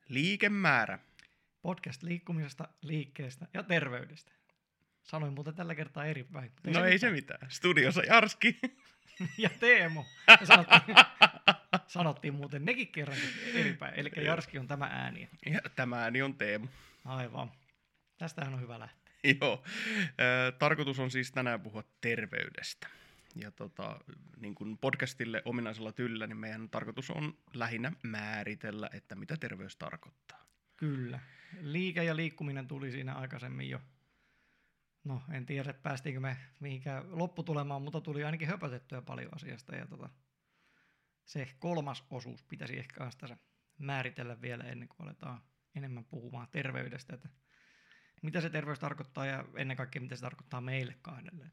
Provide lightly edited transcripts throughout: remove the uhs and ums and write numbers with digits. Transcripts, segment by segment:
Liikemäärä. Podcast liikkumisesta, liikkeestä ja terveydestä. Sanoin muuten tällä kertaa eri päin. No ei se mitään. Studiossa Jarski. Ja Teemu. Sanottiin muuten nekin kerran eri päin. Eli Jarski on tämä ääni. Ja tämä ääni on Teemu. Aivan. Tästähän on hyvä lähteä. Joo. Tarkoitus on siis tänään puhua terveydestä. Ja niin kuin podcastille ominaisella tyllä, niin meidän tarkoitus on lähinnä määritellä, että mitä terveys tarkoittaa. Kyllä. Liike ja liikkuminen tuli siinä aikaisemmin jo. No, en tiedä, päästiinkö me mihinkään lopputulemaan, mutta tuli ainakin höpötettyä paljon asiasta. Ja se kolmas osuus pitäisi ehkä tässä määritellä vielä ennen kuin aletaan enemmän puhumaan terveydestä. Että mitä se terveys tarkoittaa ja ennen kaikkea mitä se tarkoittaa meille kahdelle.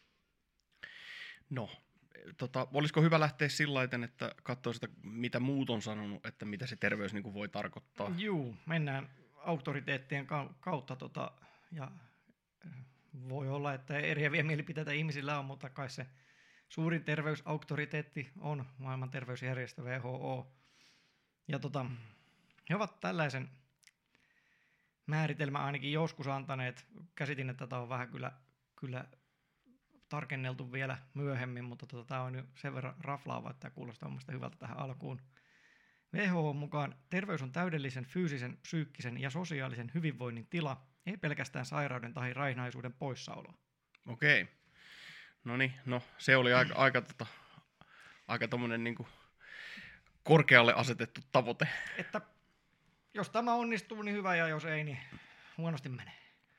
No, olisiko hyvä lähteä sillä lailla, että katsoo sitä, mitä muut on sanonut, että mitä se terveys niin kuin voi tarkoittaa? Juu, mennään auktoriteettien kautta ja voi olla, että eriäviä mielipiteitä ihmisillä on, mutta kai se suurin terveysauktoriteetti on maailman terveysjärjestö WHO. Ja he ovat tällaisen määritelmän ainakin joskus antaneet. Käsitin, että tämä on vähän kyllä tarkenneltu vielä myöhemmin, mutta tämä on nyt sen verran raflaava, että tämä kuulostaa mielestäni hyvältä tähän alkuun. WHO mukaan terveys on täydellisen fyysisen, psyykkisen ja sosiaalisen hyvinvoinnin tila, ei pelkästään sairauden tai raihnaisuuden poissaolo. Okei. No se oli aika tommonen niinku korkealle asetettu tavoite. Että jos tämä onnistuu, niin hyvä, ja jos ei, niin huonosti menee.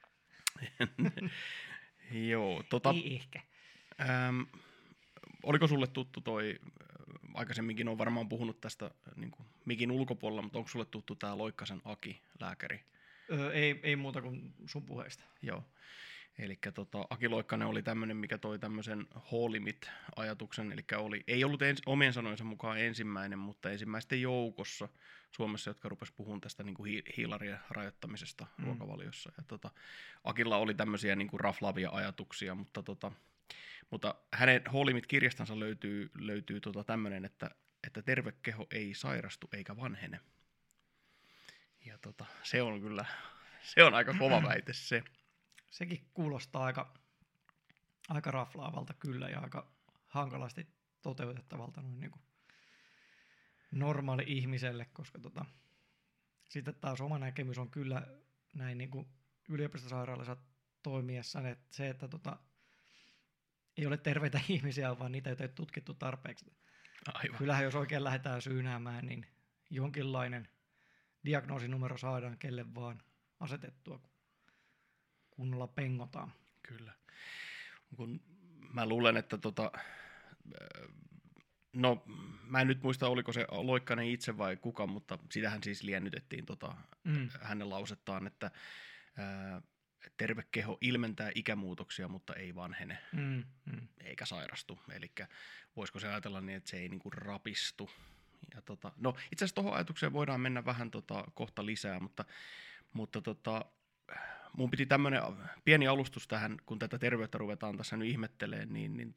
Joo, Ei ehkä. Oliko sulle tuttu aikaisemminkin on varmaan puhunut tästä niin kuin mikin ulkopuolella, mutta onko sulle tuttu tämä Loikkasen Aki, lääkäri? Ei muuta kuin sun puheista. Joo. Eli Aki Loikkanen oli tämmöinen, mikä toi tämmöisen whole-limit-ajatuksen, eli ei ollut omien sanojensa mukaan ensimmäinen, mutta ensimmäisten joukossa Suomessa, jotka rupesivat puhumaan tästä niin kuin hiilarien rajoittamisesta ruokavaliossa. Ja Akilla oli tämmöisiä niin kuin raflaavia ajatuksia, mutta hänen whole limit-kirjastansa löytyy tämmöinen, että terve keho ei sairastu eikä vanhene. Ja se on aika kova väite se. Sekin kuulostaa aika raflaavalta kyllä ja aika hankalasti toteutettavalta noin niin kuin normaali ihmiselle, koska sitten taas oma näkemys on kyllä näin niin kuin yliopistosairaalassa toimiessa, että se, että ei ole terveitä ihmisiä, vaan niitä ei ole tutkittu tarpeeksi. Aivan. Kyllähän jos oikein lähdetään syynäämään, niin jonkinlainen diagnoosinumero saadaan kelle vaan asetettua, kunnolla pengotaan. Kyllä. Kun mä luulen, että no mä en nyt muista, oliko se Loikkanen itse vai kuka, mutta sitähän siis liennytettiin hänen lausettaan, että terve keho ilmentää ikämuutoksia, mutta ei vanhene eikä sairastu. Eli voisiko se ajatella niin, että se ei niinku rapistu. Ja no itse asiassa tuohon ajatukseen voidaan mennä vähän kohta lisää, mutta mun piti tämmöinen pieni alustus tähän, kun tätä terveyttä ruvetaan tässä nyt ihmettelemään, niin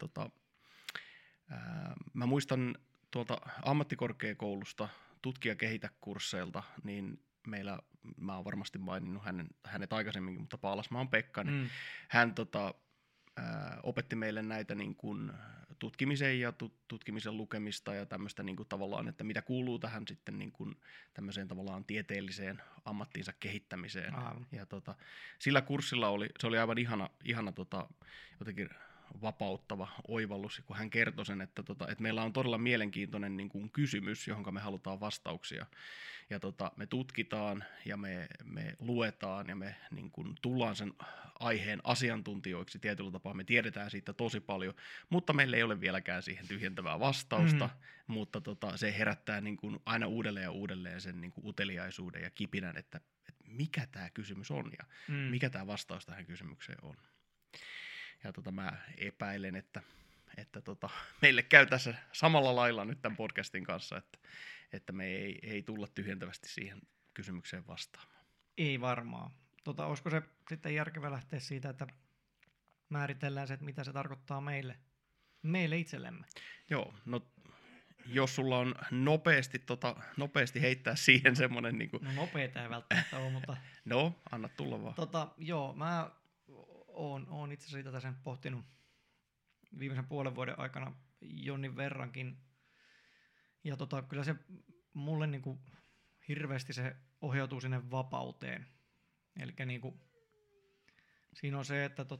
mä muistan tuolta ammattikorkeakoulusta tutkia-kehitä-kursseilta, niin mä oon varmasti maininnut hänet aikaisemminkin, mutta Paalasmaan Pekka, niin hän opetti meille näitä niin kuin tutkimisen ja tutkimisen lukemista ja tämmöistä niin kuin tavallaan, että mitä kuuluu tähän sitten niin kuin tämmöiseen tavallaan tieteelliseen ammattiinsa kehittämiseen. Ja sillä kurssilla se oli aivan ihana jotenkin vapauttava oivallus, kun hän kertoi sen, että meillä on todella mielenkiintoinen niin kuin kysymys, johon me halutaan vastauksia. Ja me tutkitaan ja me luetaan ja me niin kuin tullaan sen aiheen asiantuntijoiksi tietyllä tapaa. Me tiedetään siitä tosi paljon, mutta meillä ei ole vieläkään siihen tyhjentävää vastausta, mutta se herättää niin kuin aina uudelleen ja uudelleen sen niin kuin uteliaisuuden ja kipinän, että mikä tämä kysymys on ja mikä tämä vastaus tähän kysymykseen on. Ja mä epäilen, että meille käy tässä samalla lailla nyt tämän podcastin kanssa, että me ei tulla tyhjentävästi siihen kysymykseen vastaamaan. Ei varmaan. Olisiko se sitten järkevä lähteä siitä, että määritellään se, että mitä se tarkoittaa meille itsellemme? Joo, no jos sulla on nopeasti heittää siihen semmoinen... Niin kuin... No nopeeta ei välttämättä ole, mutta... No, anna tulla vaan. Joo, mä oon itse asiassa tätä sen pohtinut viimeisen puolen vuoden aikana jonnin verrankin. Ja kyllä se mulle niinku hirveästi se ohjautuu sinne vapauteen. Elikkä niinku, siinä on se, että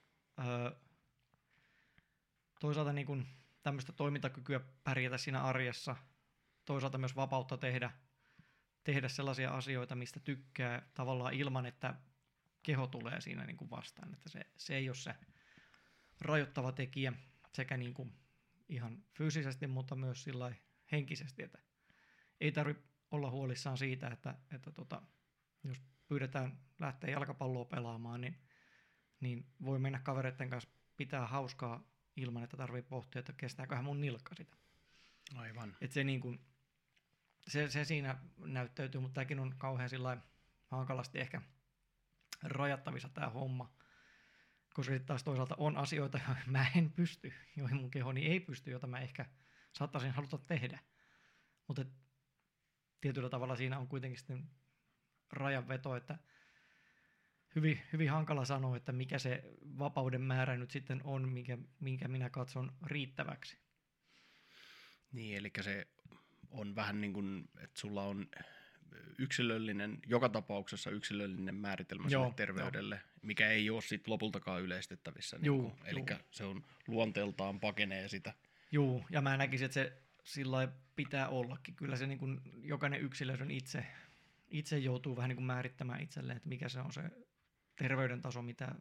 toisaalta niinku tämmöistä toimintakykyä pärjätä siinä arjessa, toisaalta myös vapautta tehdä sellaisia asioita, mistä tykkää tavallaan ilman, että keho tulee siinä niinku vastaan. Että se ei ole se rajoittava tekijä sekä niinku ihan fyysisesti, mutta myös sillä henkisesti, että ei tarvitse olla huolissaan siitä, että jos pyydetään lähteä jalkapalloa pelaamaan, niin voi mennä kavereiden kanssa pitää hauskaa ilman, että tarvitsee pohtia, että kestääköhän mun nilkka sitä. Aivan. Et se siinä näyttäytyy, mutta tämäkin on kauhean sillä hankalasti ehkä rajattavissa tämä homma, koska sitten taas toisaalta on asioita, joihin mä en pysty, joihin mun kehoni ei pysty, jota mä ehkä saattaisin haluta tehdä. Mutta tietyllä tavalla siinä on kuitenkin sitten rajanveto, että hyvin hankala sanoa, että mikä se vapauden määrä nyt sitten on, minkä minä katson riittäväksi. Niin, eli se on vähän niin kuin, että sulla on joka tapauksessa yksilöllinen määritelmä sille terveydelle, mikä ei ole sitten lopultakaan yleistettävissä. Eli se on luonteeltaan pakenee sitä. Joo, ja mä näkisin, että se sillä pitää ollakin. Kyllä se niin kuin jokainen yksilö on itse joutuu vähän niin kuin määrittämään itselleen, että mikä se on se terveyden taso,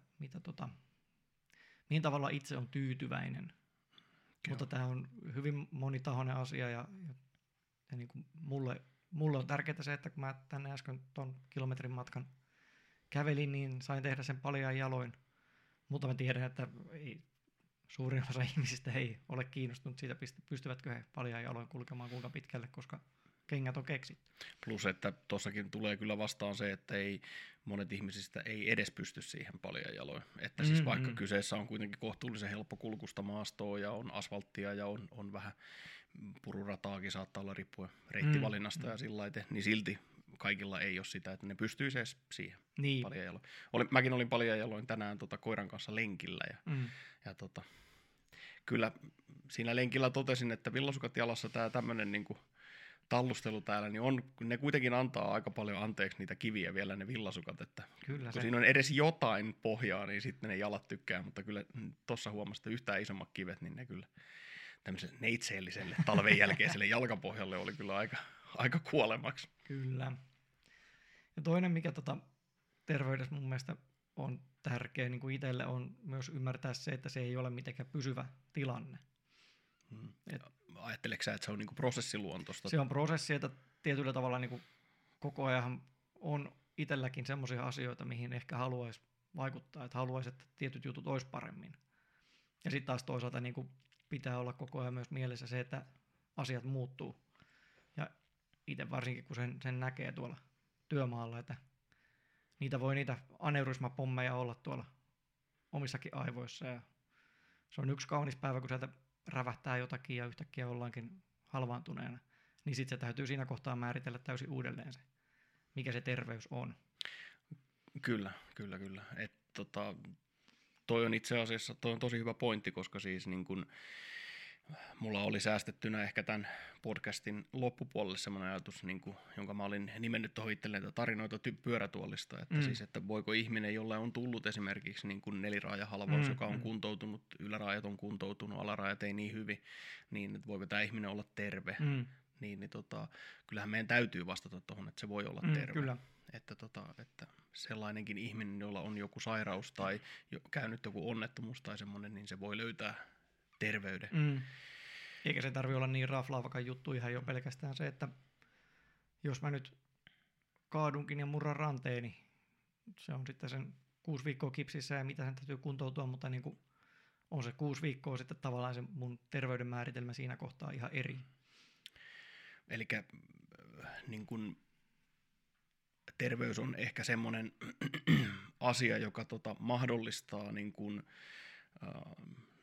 mihin tavalla itse on tyytyväinen. Joo. Mutta tämä on hyvin monitahoinen asia ja niin kuin mulle on tärkeää se, että kun mä tänne äsken ton kilometrin matkan kävelin, niin sain tehdä sen paljain jaloin. Mutta mä tiedän, että suurin osa ihmisistä ei ole kiinnostunut siitä, pystyvätkö he paljain jaloin kulkemaan kuinka pitkälle, koska kengät on keksitty. Plus, että tuossakin tulee kyllä vastaan se, että monet ihmisistä ei edes pysty siihen paljain jaloin. Että siis vaikka kyseessä on kuitenkin kohtuullisen helppo kulkusta maastoa ja on asfalttia ja on vähän pururataakin saattaa olla riippuen reittivalinnasta ja sillä lailla, niin silti kaikilla ei ole sitä, että ne pystyisi edes siihen paljain jaloin. Mäkin olin paljain jaloin tänään koiran kanssa lenkillä ja kyllä siinä lenkillä totesin, että villasukat jalassa tämä tämmöinen niinku tallustelu täällä, niin ne kuitenkin antaa aika paljon anteeksi niitä kiviä vielä ne villasukat, että kyllä kun siinä on edes jotain pohjaa, niin sitten ne jalat tykkää, mutta kyllä tuossa huomasi, että yhtään isommat kivet, niin ne kyllä tämmöiselle neitseelliselle talven jälkeiselle jalkapohjalle oli kyllä aika kuolemaksi. Kyllä. Ja toinen, mikä terveydessä mun mielestä on tärkeä, niin kuin itselle on myös ymmärtää se, että se ei ole mitenkään pysyvä tilanne. Ajatteleksä sä, että se on niinku prosessiluontoista? Se on prosessi, että tietyllä tavalla niinku koko ajan on itselläkin semmoisia asioita, mihin ehkä haluaisi vaikuttaa, että haluaisi, että tietyt jutut olisi paremmin. Ja sitten taas toisaalta niinku pitää olla koko ajan myös mielessä se, että asiat muuttuu. Ja itse varsinkin, kun sen näkee tuolla työmaalla, että niitä aneurismapommeja olla tuolla omissakin aivoissa. Ja se on yksi kaunis päivä, kun sieltä rävähtää jotakin ja yhtäkkiä ollaankin halvaantuneena, niin sitten se täytyy siinä kohtaa määritellä täysin uudelleen se, mikä se terveys on. Kyllä. Toi on itse asiassa tosi hyvä pointti, koska siis niin kun mulla oli säästettynä ehkä tämän podcastin loppupuolelle semmoinen ajatus, niin kun, jonka mä olin nimennyt tuohon itselleen tarinoita pyörätuolista, että siis, että voiko ihminen, jolle on tullut esimerkiksi niin kuin neliraajahalvaus, joka on kuntoutunut, yläraajat on kuntoutunut, alaraajat ei niin hyvin, niin että voiko tämä ihminen olla terve, niin kyllähän meidän täytyy vastata tuohon, että se voi olla terve. Kyllä. Että sellainenkin ihminen, jolla on joku sairaus tai käynyt joku onnettomuus tai semmoinen, niin se voi löytää terveyden. Eikä se tarvitse olla niin raflaavakaan juttu, ihan jo pelkästään se, että jos mä nyt kaadunkin ja murran ranteeni, se on sitten sen 6 viikkoa kipsissä ja mitä sen täytyy kuntoutua, mutta niin kuin on se 6 viikkoa sitten tavallaan se mun terveyden määritelmä siinä kohtaa ihan eri. Elikkä niin kun terveys on ehkä semmoinen asia, joka mahdollistaa niin kun,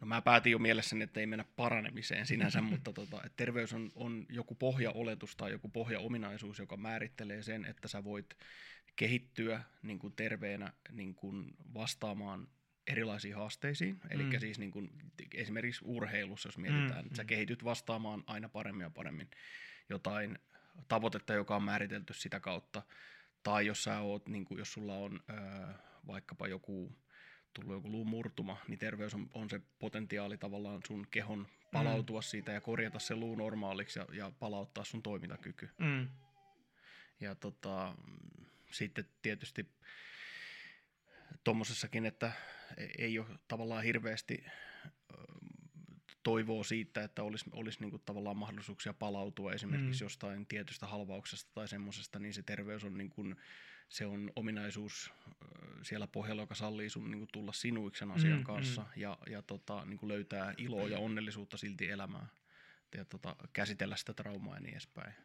No mä päätin jo mielessäni, että ei mennä paranemiseen sinänsä, mutta että terveys on joku pohjaoletus tai joku pohjaominaisuus, joka määrittelee sen, että sä voit kehittyä niin kuin terveenä niin kuin vastaamaan erilaisiin haasteisiin. Eli siis niin kuin, esimerkiksi urheilussa, jos mietitään, että sä kehityt vastaamaan aina paremmin ja paremmin jotain tavoitetta, joka on määritelty sitä kautta. Tai jos sä oot, niin kuin, jos sulla on vaikkapa tullut joku luumurtuma, niin terveys on se potentiaali tavallaan sun kehon palautua siitä ja korjata se luu normaaliksi ja palauttaa sun toimintakyky. Ja sitten tietysti tommosessakin, että ei ole tavallaan hirveästi toivoa siitä, että olisi niin kuin tavallaan mahdollisuuksia palautua esimerkiksi jostain tietystä halvauksesta tai semmosesta, niin se terveys on niin kuin, se on ominaisuus siellä pohjalla, joka sallii sun niin kuin tulla sinuiksi sen asian kanssa ja niin kuin löytää iloa ja onnellisuutta silti elämään ja käsitellä sitä traumaa ja niin edespäin.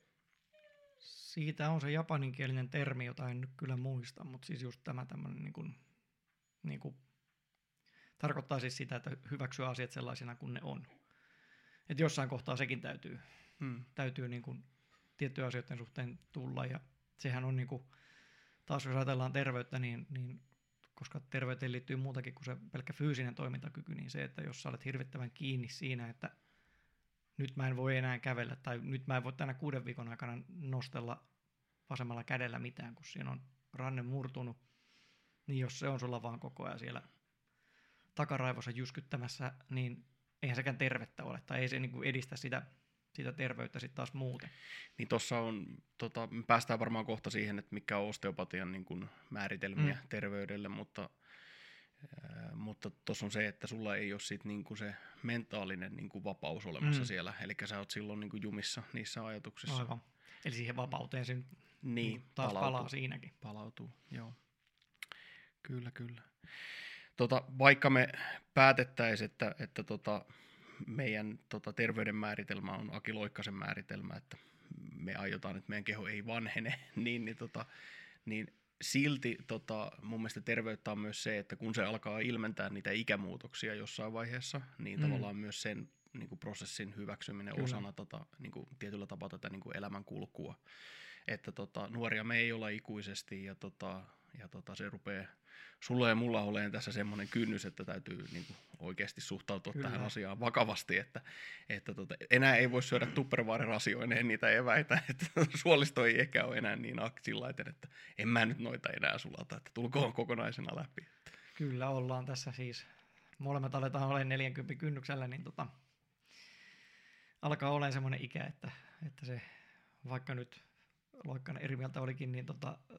Siitä on se japaninkielinen termi, jota en nyt kyllä muista, mutta siis just tämä tämmöinen niin kuin tarkoittaa siis sitä, että hyväksyä asiat sellaisina kuin ne on. Että jossain kohtaa sekin täytyy niin kuin tiettyjen asioiden suhteen tulla ja sehän on niin kuin, taas jos ajatellaan terveyttä, niin koska terveyteen liittyy muutakin kuin se pelkkä fyysinen toimintakyky, niin se, että jos sä olet hirvittävän kiinni siinä, että nyt mä en voi enää kävellä tai nyt mä en voi tänä 6 viikon aikana nostella vasemmalla kädellä mitään, kun siinä on ranne murtunut, niin jos se on sulla vaan koko ajan siellä takaraivossa jyskyttämässä, niin eihän sekään tervettä ole, tai ei se niin kuin edistä sitä terveyttä sitten taas muuten. Niin tuossa on, me päästään varmaan kohta siihen, että mikä on osteopatian niin kuin määritelmiä terveydelle, mutta tuossa on se, että sulla ei ole sit niin kuin se mentaalinen niin kuin vapaus olemassa siellä, eli sä oot silloin niin kuin jumissa niissä ajatuksissa. Aivan. Eli siihen vapauteen se niin taas palaa siinäkin. Palautuu, joo. Kyllä. Vaikka me päätettäisiin, että meidän terveyden määritelmä on Aki Loikkasen määritelmä, että me aiotaan, että meidän keho ei vanhene, niin silti mun mielestä terveyttä on myös se, että kun se alkaa ilmentää niitä ikämuutoksia jossain vaiheessa, niin tavallaan myös sen niin kuin prosessin hyväksyminen osana niin kuin tietyllä tapaa tätä niin kuin elämän kulkua. Että nuoria me ei olla ikuisesti ja se rupeaa sulla ja mulla olemaan tässä semmoinen kynnys, että täytyy niin kuin oikeasti suhtautua tähän asiaan vakavasti, että enää ei voi syödä Tupperware-rasioineen niitä eväitä, että suolisto ei ehkä ole enää niin aksilaiten, että en mä nyt noita enää sulata, että tulkoon kokonaisena läpi. Kyllä ollaan tässä siis, molemmat aletaan olemaan 40 kynnyksellä, niin alkaa olemaan semmoinen ikä, että se vaikka nyt Loikkanen eri mieltä olikin, niin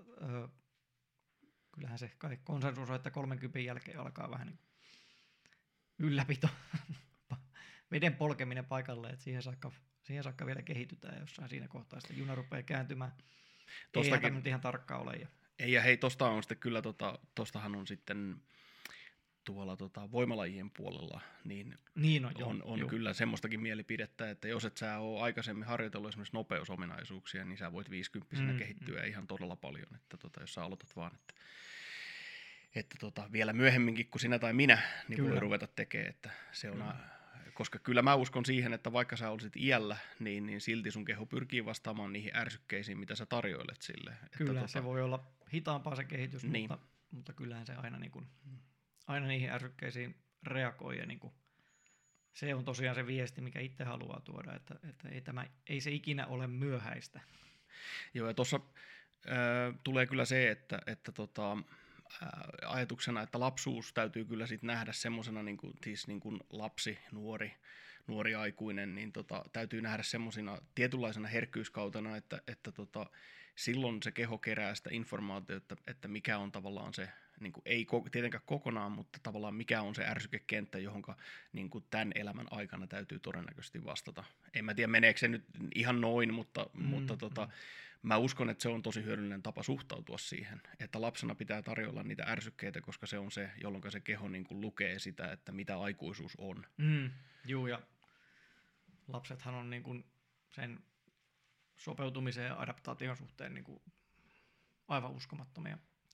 kyllähän se kai konsensus on, että 30 jälkeen alkaa vähän niin ylläpito, veden polkeminen paikalle, että siihen saakka vielä kehitytään ja jossain siinä kohtaa sitten juna rupeaa kääntymään. Ei tämä nyt ihan tarkkaa ole. Ja hei, tosta on sitten kyllä, tostahan on sitten tuolla voimalajien puolella, on kyllä semmoistakin mielipidettä, että jos et sä ole aikaisemmin harjoitellut esimerkiksi nopeusominaisuuksia, niin sä voit 50-vuotiaana kehittyä ihan todella paljon, että jos sä aloitat vaan, että vielä myöhemminkin kuin sinä tai minä, niin voi ruveta tekemään, että se on, koska kyllä mä uskon siihen, että vaikka sä olisit iällä, niin silti sun keho pyrkii vastaamaan niihin ärsykkeisiin, mitä sä tarjoilet sille. Kyllä, se voi olla hitaampaa se kehitys, niin. mutta kyllähän se aina niin kuin aina niihin ärsykkeisiin reagoi ja niin kuin, se on tosiaan se viesti, mikä itse haluaa tuoda, että ei se ikinä ole myöhäistä. Joo, ja tuossa tulee kyllä se, että ajatuksena, että lapsuus täytyy kyllä sit nähdä semmoisena, siis lapsi, nuori aikuinen, niin täytyy nähdä semmoisina tietynlaisena herkkyyskautena, että silloin se keho kerää sitä informaatiota, että mikä on tavallaan se, niin kuin, ei tietenkään kokonaan, mutta tavallaan mikä on se ärsykekenttä, johon niin kuin tämän elämän aikana täytyy todennäköisesti vastata. En mä tiedä, meneekö se nyt ihan noin, mutta mä uskon, että se on tosi hyödyllinen tapa suhtautua siihen, että lapsena pitää tarjolla niitä ärsykkeitä, koska se on se, jolloin se keho niin kuin lukee sitä, että mitä aikuisuus on. Joo, ja lapsethan on niin kuin sen sopeutumisen ja adaptaation suhteen niin kuin aivan uskomattomia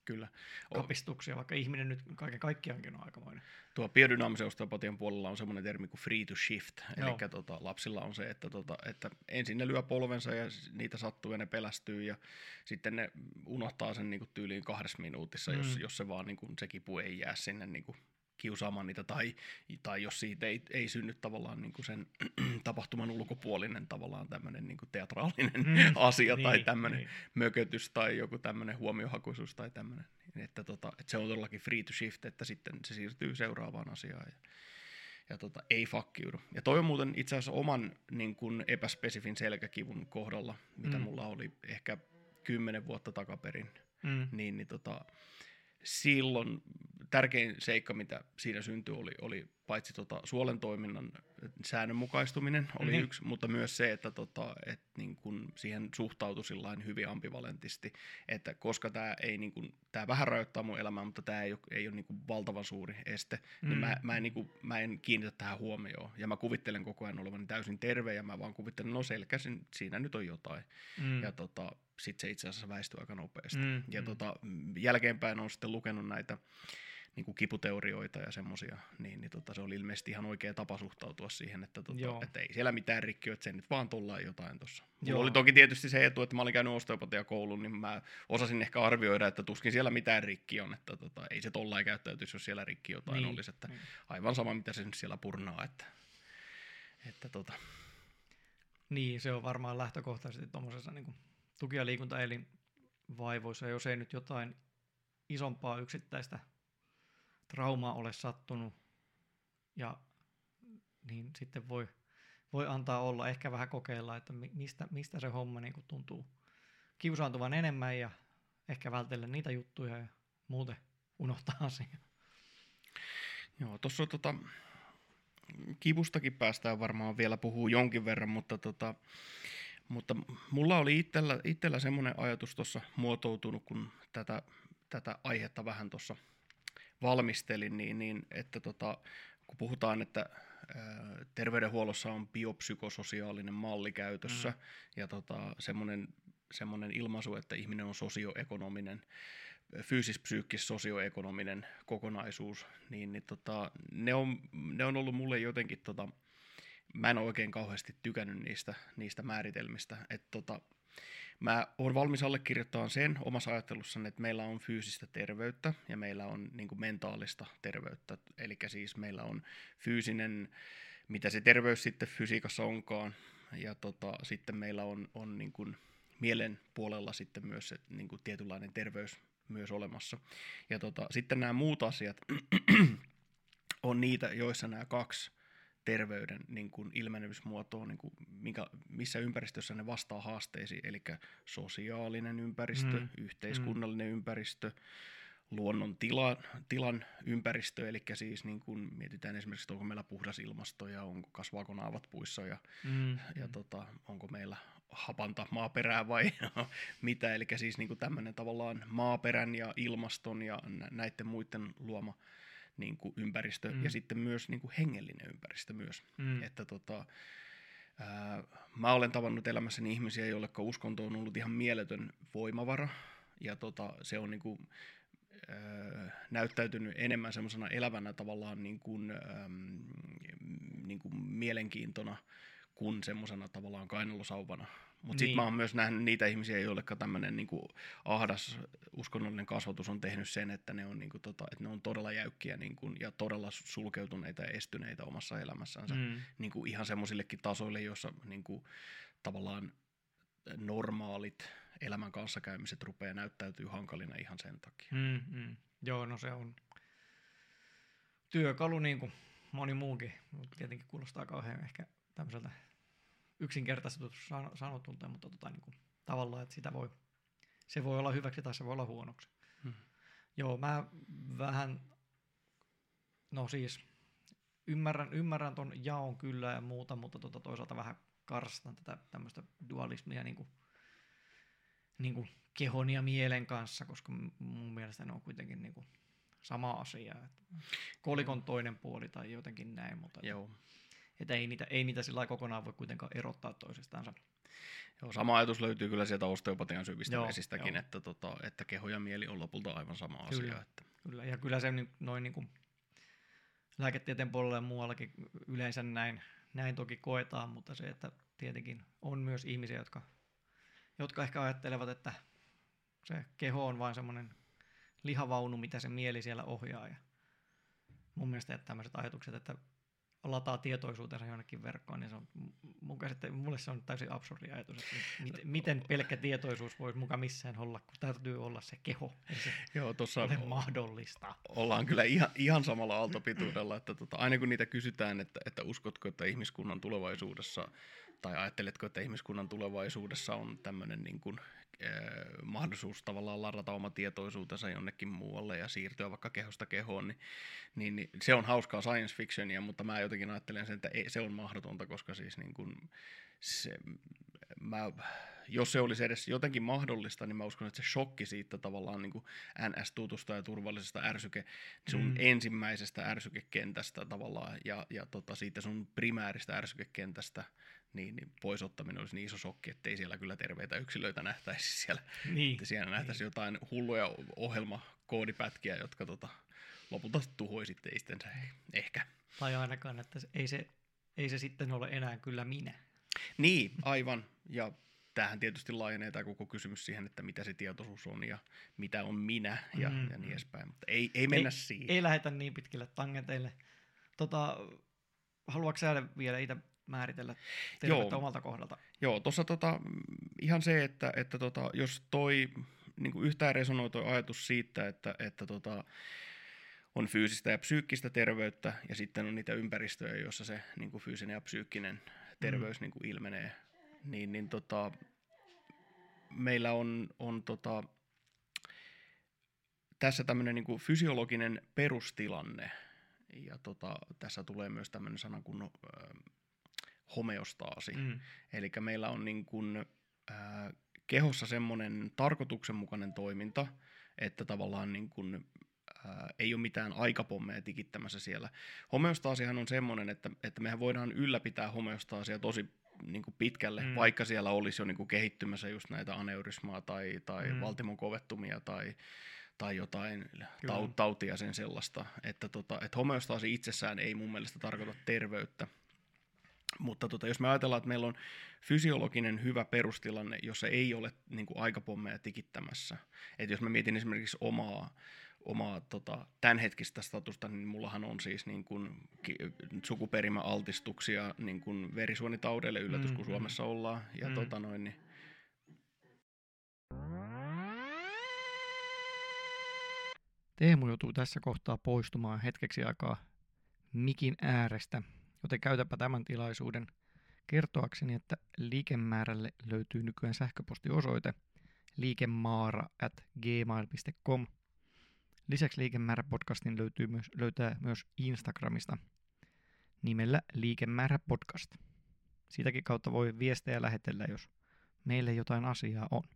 Kyllä. kapistuksia, vaikka ihminen nyt kaiken kaikkiaankin on aikamoinen. Tuo biodynaamisen osteopatian puolella on semmoinen termi kuin free to shift, eli lapsilla on se, että ensin ne lyö polvensa ja niitä sattuu ja ne pelästyy ja sitten ne unohtaa sen niin kuin tyyliin 2 minuutissa, jos se vaan niin kuin, se kipu ei jää sinne niin kuin kiusaamaan niitä, tai jos siitä ei synny tavallaan niin kuin sen tapahtuman ulkopuolinen tavallaan tämmöinen niin kuin teatraalinen asia tai tämmöinen mökötys tai joku tämmöinen huomiohakuisuus tai tämmöinen, että se on todellakin free to shift, että sitten se siirtyy seuraavaan asiaan ja ei fakkiudu. Ja toi on muuten itse asiassa oman niin kuin epäspesifin selkäkivun kohdalla, mitä mulla oli ehkä 10 vuotta takaperin, niin silloin tärkein seikka, mitä siinä syntyi, oli paitsi suolen toiminnan säännönmukaistuminen oli yksi, mutta myös se, että niin kun siihen suhtautui sillain hyvin ambivalentisti, että koska tämä vähän rajoittaa mun elämää, mutta tämä ei ole niin kuin valtavan suuri este, niin mä en kiinnitä tähän huomioon. Ja mä kuvittelen koko ajan olevani täysin terve, ja mä vaan kuvittelen, no selkäsin, siinä nyt on jotain. Ja sitten se itse asiassa väistyi aika nopeasti. Ja jälkeenpäin on sitten lukenut näitä niin kuin kiputeorioita ja semmoisia, niin se oli ilmeisesti ihan oikea tapa suhtautua siihen, että ei siellä mitään rikkiä, että se nyt vaan tullaan jotain tuossa. Mulla oli toki tietysti se etu, että mä olin käynyt osteopatiakoulun, niin mä osasin ehkä arvioida, että tuskin siellä mitään rikki on, että ei se tollain käyttäytyisi, jos siellä rikki jotain olisi, että aivan sama, mitä se nyt siellä purnaa, että Niin, se on varmaan lähtökohtaisesti tuommoisessa niin tuki- ja liikuntaelinvaivoissa, jos ei nyt jotain isompaa yksittäistä traumaa ole sattunut, ja niin sitten voi antaa olla, ehkä vähän kokeilla, että mistä se homma niin kuin tuntuu kiusaantuvan enemmän ja ehkä vältellä niitä juttuja ja muuten unohtaa asiaa. Joo, tuossa kivustakin päästään varmaan vielä puhuu jonkin verran, mutta mulla oli itsellä semmoinen ajatus tuossa muotoutunut, kun tätä aihetta vähän tuossa valmistelin, niin että kun puhutaan, että terveydenhuollossa on biopsykososiaalinen malli käytössä ja semmoinen ilmaisu, että ihminen on sosioekonominen, fyysis-psyykkis-sosioekonominen kokonaisuus, niin ne on ollut mulle jotenkin, mä en ole oikein kauheasti tykännyt niistä määritelmistä, että mä oon valmis allekirjoittamaan sen omassa ajattelussani, että meillä on fyysistä terveyttä ja meillä on niin kuin mentaalista terveyttä. Eli siis meillä on fyysinen, mitä se terveys sitten fysiikassa onkaan, ja sitten meillä on niin kuin mielen puolella sitten myös se niin kuin tietynlainen terveys myös olemassa. Ja sitten nämä muut asiat on niitä, joissa nämä 2 terveyden niin kuin ilmenemismuotoa, niin kuin missä ympäristössä ne vastaa haasteisiin, eli sosiaalinen ympäristö, yhteiskunnallinen ympäristö, luonnon tilan ympäristö, eli siis niin kuin mietitään esimerkiksi, onko meillä puhdas ilmasto ja kasvaako naavat puissa ja onko meillä hapanta maaperää vai mitä, eli siis niin kuin tämmöinen tavallaan maaperän ja ilmaston ja näiden muiden luoma niin kuin ympäristö ja sitten myös niin kuin hengellinen ympäristö myös. Että mä olen tavannut elämässäni ihmisiä, joille uskonto on ollut ihan mieletön voimavara ja se on niin kuin, näyttäytynyt enemmän semmoisena elävänä tavallaan niin kuin mielenkiintona kuin semmoisena tavallaan kainalosauvana. Mutta sitten mä oon myös nähnyt niitä ihmisiä, joille tämmöinen niinku ahdas uskonnollinen kasvatus on tehnyt sen, että ne on, niinku että ne on todella jäykkiä niinku, ja todella sulkeutuneita ja estyneitä omassa elämässänsä niinku ihan semmoisillekin tasoille, joissa niinku, tavallaan normaalit elämän kanssakäymiset rupeaa näyttäytyy hankalina ihan sen takia. Joo, no se on työkalu niin kuin moni muukin, mutta tietenkin kuulostaa kauhean ehkä tämmöiseltä yksinkertaisesti sanotulta, mutta niin kuin, tavallaan, että se voi olla hyväksi tai se voi olla huonoksi. Joo, mä vähän, no siis ymmärrän ton jaon kyllä ja muuta, mutta toisaalta vähän karstan tätä tämmöistä dualismia niin kuin kehon ja mielen kanssa, koska mun mielestä ne on kuitenkin niin kuin sama asia. Kolikon toinen puoli tai jotenkin näin, mutta joo. Että ei niitä sillä lailla kokonaan voi kuitenkaan erottaa toisistansa. Joo, sama ajatus löytyy kyllä sieltä osteopatian syvistä vesistäkin, joo. että keho ja mieli on lopulta aivan sama Kyllä, asia. Että. Kyllä, ja kyllä se noin niin kuin lääketieteen puolella ja muuallakin yleensä näin toki koetaan, mutta se, että tietenkin on myös ihmisiä, jotka ehkä ajattelevat, että se keho on vain semmoinen lihavaunu, mitä se mieli siellä ohjaa. Ja mun mielestä että tämmöiset ajatukset, että lataa tietoisuutensa jonnekin verkkoon, niin se on mulle se on täysin absurdi ajatus, että miten pelkkä tietoisuus voisi muka missään olla, kun täytyy olla se keho. Ei se Joo, tuossa ole mahdollista. Ollaan kyllä ihan samalla aaltopituudella, että aina kun niitä kysytään, että uskotko, että ihmiskunnan tulevaisuudessa, tai ajatteletko, että ihmiskunnan tulevaisuudessa on tämmöinen niin kuin, mahdollisuus tavallaan ladata oma tietoisuutensa jonnekin muualle ja siirtyä vaikka kehosta kehoon, niin se on hauskaa science fictionia, mutta mä jotenkin ajattelen sen, että se on mahdotonta, koska siis niin kuin jos se olisi edes jotenkin mahdollista, niin mä uskon, että se shokki siitä tavallaan niin kuin NS-tutusta ja turvallisesta sun ensimmäisestä ärsykekentästä tavallaan ja siitä sun primääristä ärsykekentästä, niin pois ottaminen olisi niin iso shokki, että ei siellä kyllä terveitä yksilöitä nähtäisi siellä. Niin. Siellä nähtäisi jotain hulluja ohjelmakoodipätkiä, jotka lopulta tuhoi sitten itsensä ehkä. Tai ainakaan, että ei se sitten ole enää kyllä minä. Niin, aivan. Ja tämähän tietysti laajenee tämä koko kysymys siihen, että mitä se tietoisuus on ja mitä on minä ja niin edespäin. Mutta ei mennä siihen. Ei lähdetä niin pitkille tangenteille. Haluatko sä vielä itse määritellä terveyttä omalta kohdalta? Joo, tuossa ihan se, että jos toi niin kuin yhtään resonoi toi ajatus siitä, että on fyysistä ja psyykkistä terveyttä ja sitten on niitä ympäristöjä, joissa se niin kuin fyysinen ja psyykkinen terveys niin kuin ilmenee, niin meillä on tässä tämmöinen niin kuin fysiologinen perustilanne ja tässä tulee myös tämmöinen sana kuin homeostaasi. Eli meillä on niin kuin, kehossa semmoinen tarkoituksenmukainen toiminta, että tavallaan niin kuin, ei ole mitään aikapommeja tikittämässä siellä. Homeostaasihan on semmoinen, että mehän voidaan ylläpitää homeostaasia tosi niin kuin pitkälle, vaikka siellä olisi jo niin kuin kehittymässä just näitä aneurysmaa tai valtimon kovettumia tai jotain tautia sen sellaista. Että homeostaasi itsessään ei mun mielestä tarkoita terveyttä. Mutta jos me ajatellaan, että meillä on fysiologinen hyvä perustilanne, jossa ei ole niin kuin aikapommeja tikittämässä. Että jos mä mietin esimerkiksi omaa tämänhetkistä statusta, niin mullahan on siis niin kuin sukuperimäaltistuksia niin kuin verisuonitaudeille, yllätys kun Suomessa ollaan. Ja niin. Teemu joutuu tässä kohtaa poistumaan hetkeksi aikaa mikin äärestä, joten käytäpä tämän tilaisuuden kertoakseni, että Liikemäärälle löytyy nykyään sähköpostiosoite liikemaara@gmail.com. Lisäksi Liikemäärä-podcastin löytää myös Instagramista nimellä Liikemäärä podcast. Siitäkin kautta voi viestejä lähetellä, jos meille jotain asiaa on.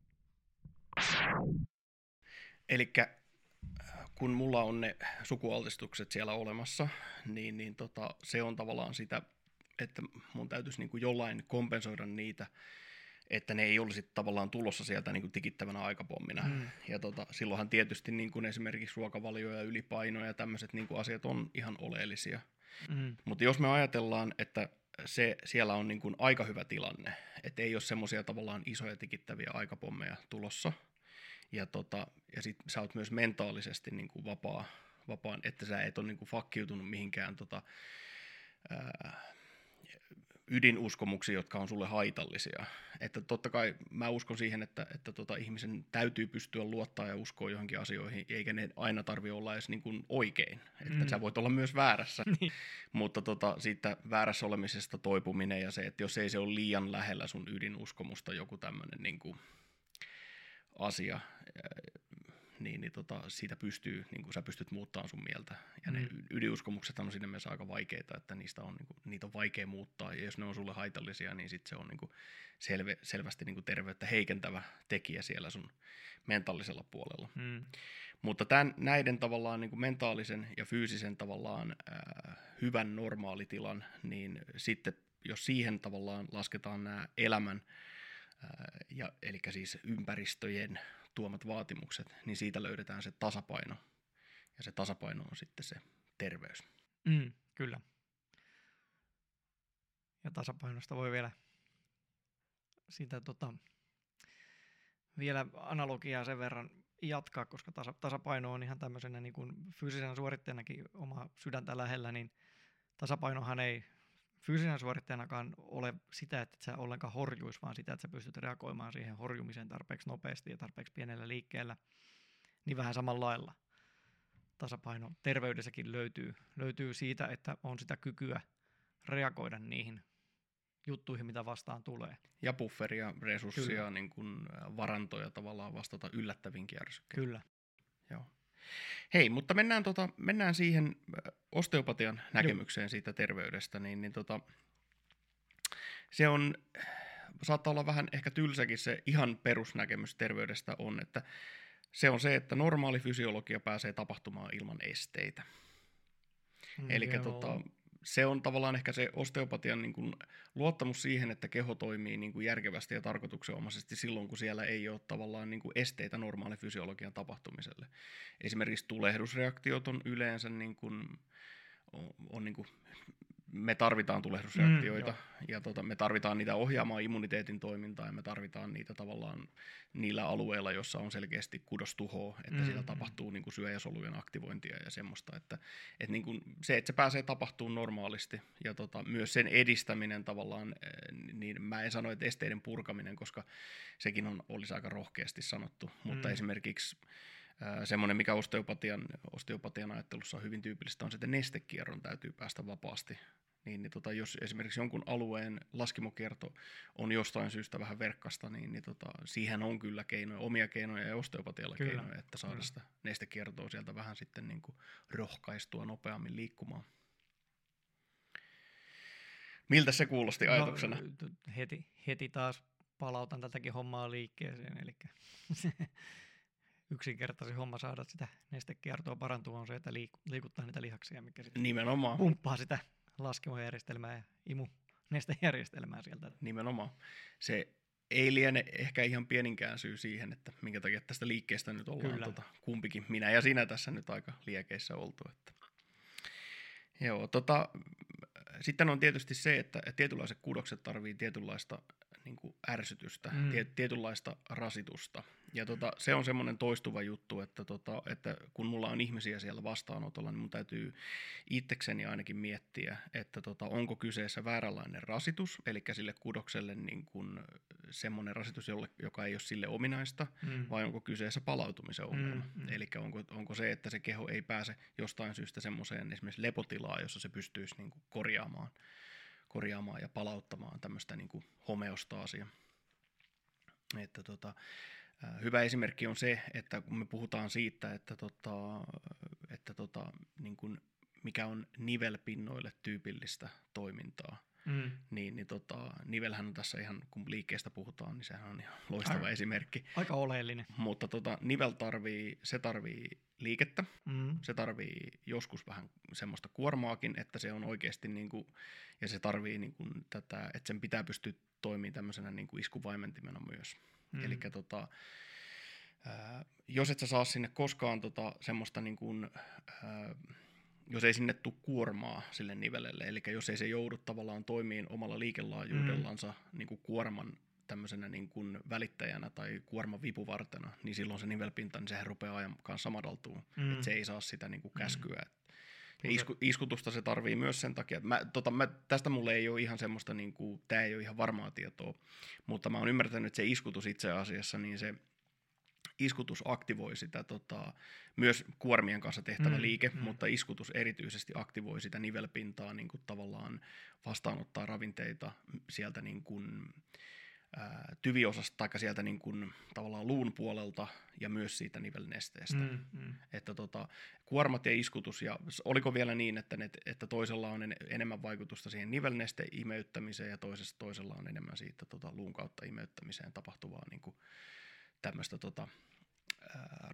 Elikkä kun mulla on ne sukualtistukset siellä olemassa, niin se on tavallaan sitä, että mun täytyisi niin kuin jollain kompensoida niitä, että ne ei olisi tavallaan tulossa sieltä niin kuin tikittävänä aikapommina. Ja silloinhan tietysti niin kuin esimerkiksi ruokavalio ja ylipaino ja tämmöiset niin kuin asiat on ihan oleellisia. Mutta jos me ajatellaan, että siellä on niin kuin aika hyvä tilanne, että ei ole semmoisia tavallaan isoja tikittäviä aikapommeja tulossa, ja sit sä oot myös mentaalisesti niin kuin vapaan, että sä et ole niin kuin fakkiutunut mihinkään ydinuskomuksiin, jotka on sulle haitallisia. Että totta kai mä uskon siihen, että ihmisen täytyy pystyä luottaa ja uskoa johonkin asioihin, eikä ne aina tarvitse olla edes niin kuin oikein. Että sä voit olla myös väärässä, mutta siitä väärässä olemisesta toipuminen ja se, että jos ei se ole liian lähellä sun ydinuskomusta joku tämmöinen niin kuin asia, niin siitä pystyy, niin kuin sä pystyt muuttamaan sun mieltä. Ja ne ydinuskomukset on siinä mielessä aika vaikeita, että niitä on vaikea muuttaa. Ja jos ne on sulle haitallisia, niin sit se on niin kuin selvästi niin kuin terveyttä heikentävä tekijä siellä sun mentaalisella puolella. Mutta näiden tavallaan niin kuin mentaalisen ja fyysisen tavallaan hyvän normaalitilan, niin sitten jos siihen tavallaan lasketaan nämä elämän, eli siis ympäristöjen tuomat vaatimukset, niin siitä löydetään se tasapaino. Ja se tasapaino on sitten se terveys. Kyllä. Ja tasapainosta voi vielä sitä vielä analogiaa sen verran jatkaa, koska tasapaino on ihan tämmöisenä niin kuin fyysisen suoritteenakin oma sydäntä lähellä, niin tasapainohan ei fyysisen suoritteenakaan ole sitä, että sä ollenkaan horjuisi, vaan sitä, että sä pystyt reagoimaan siihen horjumiseen tarpeeksi nopeasti ja tarpeeksi pienellä liikkeellä, niin vähän samalla lailla. Tasapaino terveydessäkin löytyy siitä, että on sitä kykyä reagoida niihin juttuihin, mitä vastaan tulee. Ja bufferia, resursseja, niin kuin varantoja tavallaan vastata yllättäviinkin ärsykkeihin. Kyllä. Joo. Hei, mutta mennään siihen osteopatian näkemykseen siitä terveydestä. Se on, saattaa olla vähän ehkä tylsäkin se ihan perusnäkemys terveydestä on, että se on se, että normaali fysiologia pääsee tapahtumaan ilman esteitä. Eli se on tavallaan ehkä se osteopatian niin kuin luottamus siihen, että keho toimii niin kuin järkevästi ja tarkoituksenomaisesti silloin, kun siellä ei ole tavallaan niin kuin esteitä normaali fysiologian tapahtumiselle. Esimerkiksi tulehdusreaktiot on yleensä on niin kuin me tarvitaan tulehdusreaktioita ja me tarvitaan niitä ohjaamaan immuniteetin toimintaa ja me tarvitaan niitä tavallaan niillä alueilla, jossa on selkeästi kudostuhoa, että siellä tapahtuu niin kuin syöjäsolujen aktivointia ja semmoista, että niin kuin se, että se pääsee tapahtumaan normaalisti ja myös sen edistäminen tavallaan, niin mä en sano, että esteiden purkaminen, koska sekin olisi aika rohkeasti sanottu, mutta esimerkiksi semmoinen, mikä osteopatian ajattelussa on hyvin tyypillistä, on se, että nestekierron täytyy päästä vapaasti. Jos esimerkiksi jonkun alueen laskimokierto on jostain syystä vähän verkkasta, niin siihen on kyllä keinoja, omia keinoja ja osteopatialla keinoja, että saada sitä nestekiertoa sieltä vähän sitten niin kuin rohkaistua nopeammin liikkumaan. Miltä se kuulosti ajatuksena? Heti taas palautan tätäkin hommaa liikkeeseen, eli yksinkertaisin homma saada sitä nestekiertoa parantua on se, että liikuttaa niitä lihaksia, mikä sitten nimenomaan pumppaa sitä laskemojärjestelmää ja imunestejärjestelmää sieltä. Nimenomaan. Se ei liene ehkä ihan pieninkään syy siihen, että minkä takia tästä liikkeestä nyt ollaan kumpikin, minä ja sinä tässä nyt aika liekeissä oltu. Että. Joo, sitten on tietysti se, että tietynlaiset kudokset tarvii tietynlaista niin kuin ärsytystä, tietynlaista rasitusta. Ja se on semmoinen toistuva juttu, että kun mulla on ihmisiä siellä vastaanotolla, niin mun täytyy itsekseni ainakin miettiä, että onko kyseessä vääränlainen rasitus, eli sille kudokselle niin kuin semmoinen rasitus, joka ei ole sille ominaista, vai onko kyseessä palautumisen ongelma. Eli onko se, että se keho ei pääse jostain syystä semmoiseen esimerkiksi lepotilaan, jossa se pystyisi niin kuin korjaamaan ja palauttamaan tämmöistä niin kuin homeostaasia. Että hyvä esimerkki on se, että kun me puhutaan siitä, että niin kuin mikä on nivelpinnoille tyypillistä toimintaa, niin nivelhän on tässä ihan, kun liikkeestä puhutaan, niin sehän on ihan loistava esimerkki. Aika oleellinen. Mutta nivel tarvii liikettä, se tarvii joskus vähän semmoista kuormaakin, että se on oikeasti, niin kuin, ja se tarvii niin kuin tätä, että sen pitää pystyä toimimaan tämmöisenä niin kuin iskuvaimentimena myös. Eli jos et sä saa sinne koskaan semmoista niin kuin, jos ei sinne tule kuormaa sille nivelelle, eli jos ei se joudu tavallaan toimiin omalla liikelaajuudellansa niin kuin kuorman tämmöisenä niin kuin välittäjänä tai kuorman vipuvartena, niin silloin se nivelpinta, niin sehän rupeaa ajan kanssa madaltuu, että se ei saa sitä niin kuin käskyä. Ja iskutusta se tarvii myös sen takia, että tästä mulle ei ole ihan semmoista, niin kuin, tämä ei ole ihan varmaa tietoa, mutta mä oon ymmärtänyt, että se iskutus itse asiassa, niin se iskutus aktivoi sitä myös kuormien kanssa tehtävä liike, mutta iskutus erityisesti aktivoi sitä nivelpintaa niin kuin tavallaan vastaanottaa ravinteita sieltä niin kuin tyviosasta tai sieltä niin kuin tavallaan luun puolelta ja myös siitä nivelnesteestä. Että kuormat ja iskutus, ja oliko vielä niin, että toisella on enemmän vaikutusta siihen nivelnesteimeyttämiseen ja toisella on enemmän siitä luun kautta imeyttämiseen tapahtuvaa niin kuin tämmöistä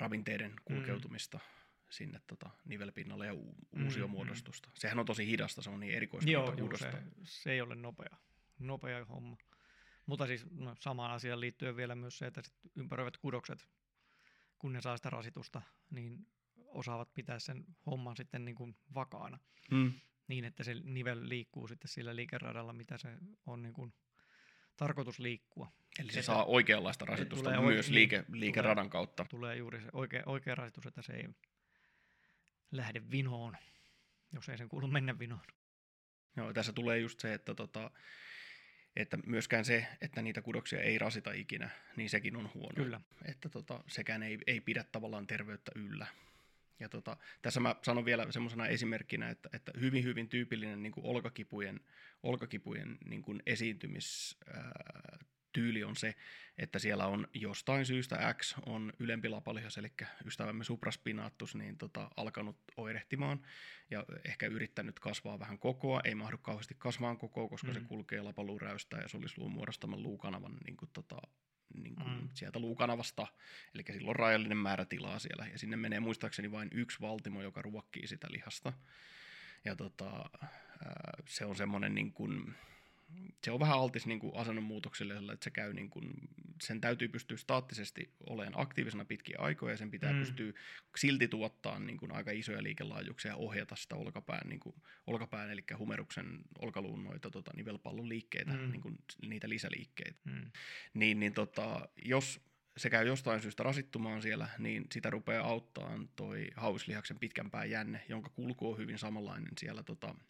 ravinteiden kulkeutumista sinne nivelpinnalle ja uusiomuodostusta. Sehän on tosi hidasta, se on niin erikoista kudosta. Se ei ole nopea homma. Mutta siis samaan asiaan liittyen vielä myös se, että ympäröivät kudokset, kun ne saa sitä rasitusta, niin osaavat pitää sen homman sitten niin kuin vakaana. Niin, että se nivel liikkuu sitten sillä liikeradalla, mitä se on niin kuin tarkoitus liikkua. Eli se saa oikeanlaista rasitusta myös liikeradan kautta. Tulee juuri se oikea rasitus, että se ei lähde vinoon, jos ei sen kuulu mennä vinoon. Joo, tässä tulee just se, että myöskään se, että niitä kudoksia ei rasita ikinä, niin sekin on huono. Kyllä. Että sekään ei pidä tavallaan terveyttä yllä. Ja tässä mä sanon vielä semmoisena esimerkkinä, että hyvin, hyvin tyypillinen niin kuin olkakipujen niin kuin esiintymistyyli on se, että siellä on jostain syystä X on ylempi lapalihas, eli ystävämme supraspinaattus, niin alkanut oirehtimaan ja ehkä yrittänyt kasvaa vähän kokoa, ei mahdu kauheasti kasvaan kokoa, koska se kulkee lapaluuräystä ja solisluun muodostaman luukanavan sieltä luukanavasta, eli sillä on rajallinen määrä tilaa siellä, ja sinne menee muistaakseni vain yksi valtimo, joka ruokkii sitä lihasta, ja se on semmoinen niin kuin, se on vähän altis niin kuin asennonmuutokselle, että se käy niin kuin, sen täytyy pystyä staattisesti olemaan aktiivisena pitkiä aikoja, ja sen pitää pystyä silti tuottaa niin kuin aika isoja liikelaajuuksia ja ohjata sitä olkapään eli humeruksen olkaluun noita nivelpallon liikkeitä, niin kuin niitä lisäliikkeitä. Jos se käy jostain syystä rasittumaan siellä, niin sitä rupeaa auttamaan toi hauislihaksen pitkän pään jänne, jonka kulku on hyvin samanlainen siellä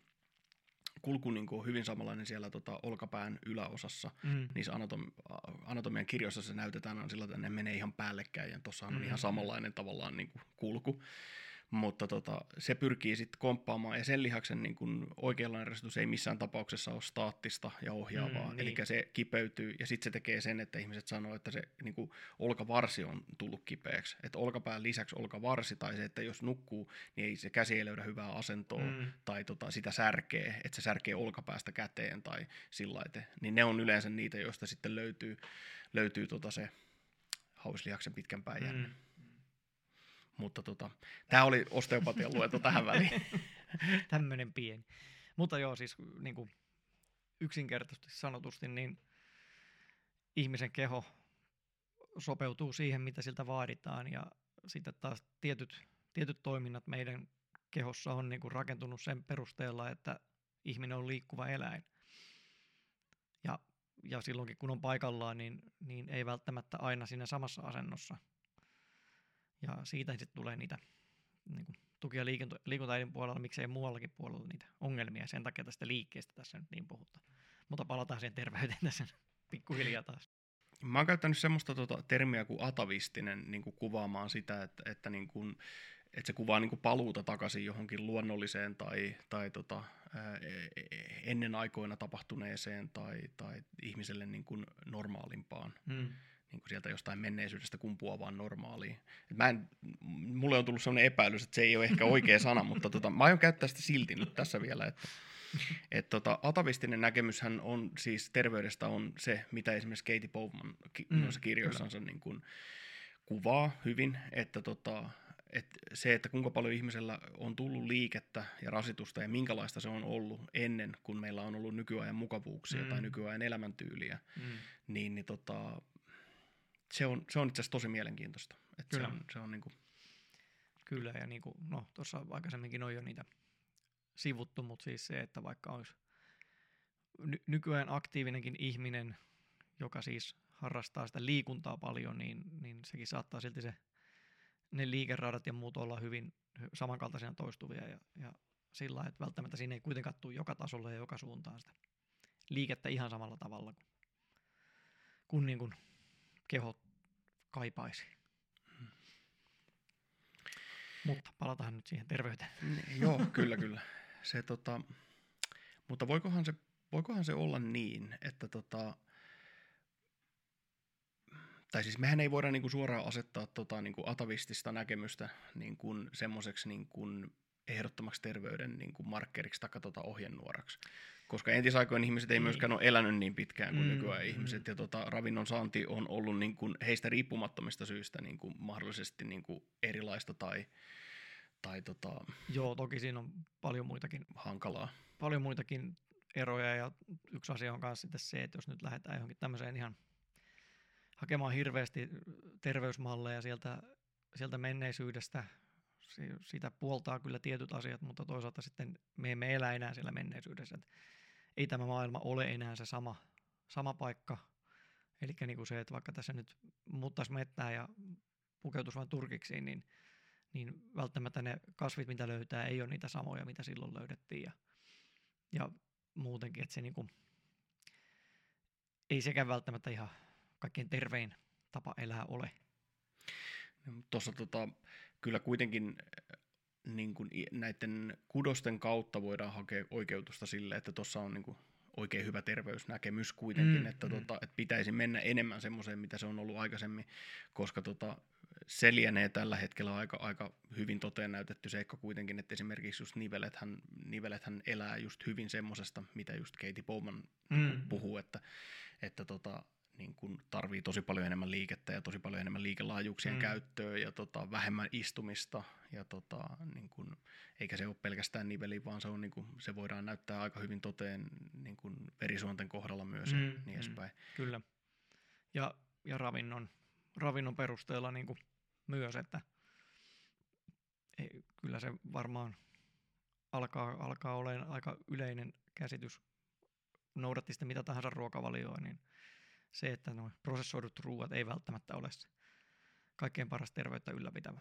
on hyvin samanlainen siellä olkapään yläosassa. Niissä anatomian kirjoissa se näytetään on sillä, että ne menee ihan päällekkäin, ja tuossahan on ihan samanlainen tavallaan niin kuin kulku. Mutta se pyrkii sitten komppaamaan, ja sen lihaksen niin kuin oikeanlainen rasitus ei missään tapauksessa ole staattista ja ohjaavaa. Niin. Eli se kipeytyy, ja sitten se tekee sen, että ihmiset sanoo, että se niin kuin olkavarsi on tullut kipeäksi. Että olkapään lisäksi olkavarsi, tai se, että jos nukkuu, niin ei se käsi ei löydä hyvää asentoa, tai sitä särkee, että se särkee olkapäästä käteen, tai sillä lailla. Niin ne on yleensä niitä, joista sitten löytyy se hauislihaksen pitkän pään jänne. Mutta tämä oli osteopatian luento tähän väliin. Tämmöinen pieni. Mutta joo, siis niin kuin yksinkertaisesti sanotusti, niin ihmisen keho sopeutuu siihen, mitä siltä vaaditaan, ja sitten taas tietyt toiminnat meidän kehossa on niin kuin rakentunut sen perusteella, että ihminen on liikkuva eläin. Ja silloinkin, kun on paikallaan, niin ei välttämättä aina siinä samassa asennossa. Ja siitä sitten tulee niitä niin kuin tukia liikuntaidin puolella, miksei muuallakin puolella niitä ongelmia. Sen takia tästä liikkeestä tässä nyt niin puhutaan. Mutta palataan siihen terveyteen tässä pikkuhiljaa taas. Mä oon käyttänyt semmoista termiä kuin atavistinen niin kuin kuvaamaan sitä, että se kuvaa niin kuin paluuta takaisin johonkin luonnolliseen tai ennen aikoina tapahtuneeseen tai ihmiselle niin kuin normaalimpaan. Niin kuin sieltä jostain menneisyydestä kumpuavaan normaaliin. Mulle on tullut sellainen epäilys, että se ei ole ehkä oikea sana, mutta mä aion käyttää sitä silti nyt tässä vielä. Atavistinen näkemyshän on siis terveydestä on se, mitä esimerkiksi Katie Bowman noissa kirjoissansa niin kuin kuvaa hyvin, että se, että kuinka paljon ihmisellä on tullut liikettä ja rasitusta ja minkälaista se on ollut ennen, kun meillä on ollut nykyajan mukavuuksia tai nykyajan elämäntyyliä, niin se on itse asiassa tosi mielenkiintoista. Että Kyllä. Se on niin kuin... Kyllä, ja niin kuin, tuossa aikaisemminkin on jo niitä sivuttu, mutta siis se, että vaikka olisi nykyään aktiivinenkin ihminen, joka siis harrastaa sitä liikuntaa paljon, niin sekin saattaa silti ne liikeradat ja muut olla hyvin samankaltaisina toistuvia, ja sillä lailla, että välttämättä siinä ei kuitenkaan tule joka tasolla ja joka suuntaan sitä liikettä ihan samalla tavalla kun niin kuin keho kaipaisi. Mutta palataan nyt siihen terveyteen. Joo, kyllä. Mutta voikohan se olla niin, että tai siis mehän ei voida niinku suoraan asettaa niinku atavistista näkemystä niinku semmoiseksi niinku ehdottomaksi terveyden niinku markkeriksi tai ohjenuoraksi. Koska entisaikojen ihmiset ei myöskään ole elänyt niin pitkään kuin nykyään ihmiset, ja ravinnon saanti on ollut niin kuin heistä riippumattomista syistä niin kuin mahdollisesti niin kuin erilaista tai Joo, toki siinä on hankalaa. Paljon muitakin eroja, ja yksi asia on myös sitten se, että jos nyt lähdetään johonkin tämmöiseen ihan hakemaan hirveästi terveysmalleja sieltä menneisyydestä, sitä puoltaa kyllä tietyt asiat, mutta toisaalta sitten me emme elä enää siellä menneisyydessä. Että ei tämä maailma ole enää se sama paikka. Eli niin kuin se, että vaikka tässä nyt muuttaisi mettää ja pukeutuisi vain turkiksiin, niin välttämättä ne kasvit, mitä löytää, ei ole niitä samoja, mitä silloin löydettiin. Ja muutenkin, että se niin kuin, ei sekään välttämättä ihan kaikkein tervein tapa elää ole. Tuossa kyllä kuitenkin niin kuin näiden kudosten kautta voidaan hakea oikeutusta sille, että tuossa on niin kuin oikein hyvä terveysnäkemys kuitenkin, että pitäisi mennä enemmän semmoiseen, mitä se on ollut aikaisemmin, koska se lienee tällä hetkellä aika hyvin toteen näytetty seikka kuitenkin, että esimerkiksi just nivelethän elää just hyvin semmoisesta, mitä just Katie Bowman puhuu, että niin kun tarvii tosi paljon enemmän liikettä ja tosi paljon enemmän liikelaajuuksien käyttöä ja vähemmän istumista ja niin kun, eikä se ole pelkästään niveli, vaan se on niin kun, se voidaan näyttää aika hyvin toteen niin kun verisuonten kohdalla myös ja niin edespäin. Kyllä. Ja ravinnon perusteella niin kuin myös, että kyllä se varmaan alkaa olemaan aika yleinen käsitys, noudatti sitten mitä tahansa ruokavalioa, niin se, että nuo prosessoidut ruuat ei välttämättä ole se kaikkein paras terveyttä ylläpitävä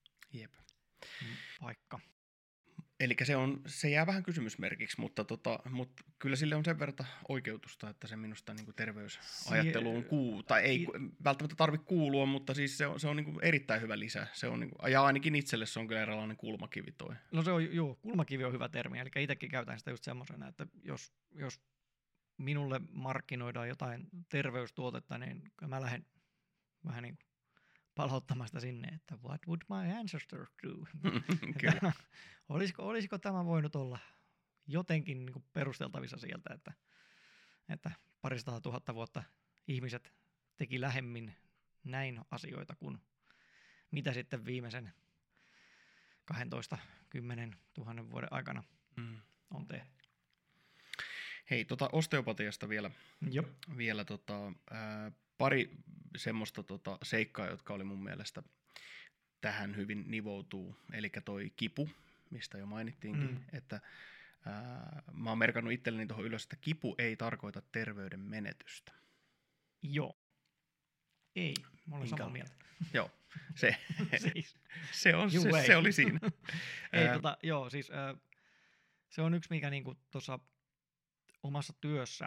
paikka. Eli se jää vähän kysymysmerkiksi, mutta kyllä sille on sen verran oikeutusta, että se minusta niin kuin terveysajatteluun ei välttämättä tarvitse kuulua, mutta siis se on niin kuin erittäin hyvä lisä. Se on niin kuin, ja ainakin itselle se on kyllä eräänlainen kulmakivi toi. No se on, joo, kulmakivi on hyvä termi, eli itsekin käytän sitä just semmoisena, että jos minulle markkinoidaan jotain terveystuotetta, niin mä lähden vähän niin kuin palauttamaan sitä sinne, että what would my ancestors do? Olisiko tämä voinut olla jotenkin niin kuin perusteltavissa sieltä, että 200 000 vuotta ihmiset teki lähemmin näin asioita kuin mitä sitten viimeisen 12-10 000 vuoden aikana on tehty. Hei, osteopatiasta vielä pari semmoista seikkaa, jotka oli mun mielestä tähän hyvin nivoutuu. Eli toi kipu, mistä jo mainittiinkin, että mä oon merkannut itselleni tuohon ylös, että kipu ei tarkoita terveyden menetystä. Joo. Ei, mä olen samaa mieltä. Joo, se oli siinä. Ei, joo, siis se on yksi, mikä niinku tuossa omassa työssä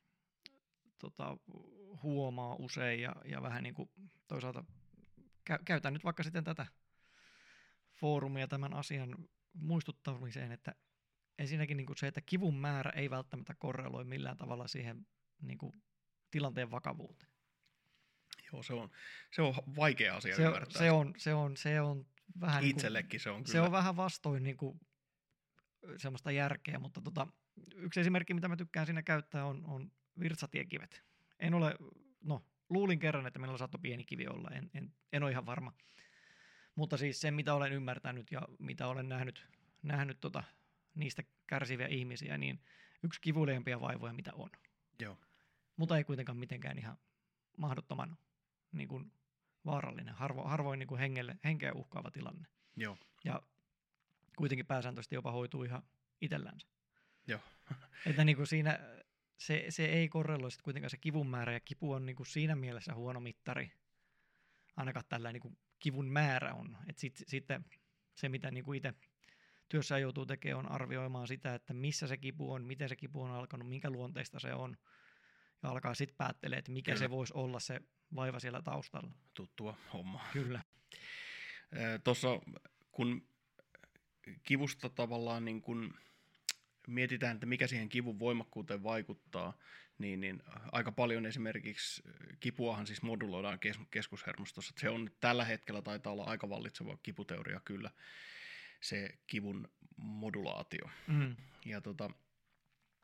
huomaa usein ja vähän niin kuin toisaalta käytän nyt vaikka sitten tätä foorumia tämän asian muistuttamiseen, että ensinnäkin niin kuin se, että kivun määrä ei välttämättä korreloi millään tavalla siihen niin kuin tilanteen vakavuuteen. Joo, se on vaikea asia ymmärtää. Se on vähän itsellekin niin kuin, se on kyllä. Se on vähän vastoin niin kuin semmoista järkeä, mutta yksi esimerkki, mitä mä tykkään siinä käyttää, on virtsatiekivet. Luulin kerran, että meillä saattoi pieni kivi olla, en ole ihan varma. Mutta siis se, mitä olen ymmärtänyt ja mitä olen nähnyt niistä kärsiviä ihmisiä, niin yksi kivuleimpia vaivoja, mitä on. Joo. Mutta ei kuitenkaan mitenkään ihan mahdottoman niin kuin vaarallinen, harvoin niin kuin henkeä uhkaava tilanne. Joo. Ja kuitenkin pääsääntöisesti jopa hoituu ihan itsellänsä. Joo. Että niin kuin siinä se ei korreloi sitten kuitenkaan se kivun määrä, ja kipu on niin kuin siinä mielessä huono mittari. Ainakaan tällä niin kuin kivun määrä on. Että sitten se, mitä niin kuin itse työssä joutuu tekemään, on arvioimaan sitä, että missä se kipu on, miten se kipu on alkanut, minkä luonteista se on. Ja alkaa sitten päättelemään, että mikä se voisi olla se vaiva siellä taustalla. Tuttua hommaa. Kyllä. Tuossa kun kivusta tavallaan niin kun mietitään, että mikä siihen kivun voimakkuuteen vaikuttaa, niin aika paljon esimerkiksi kipuahan siis moduloidaan keskushermostossa. Se on tällä hetkellä taitaa olla aika vallitseva kiputeoria kyllä, se kivun modulaatio. Ja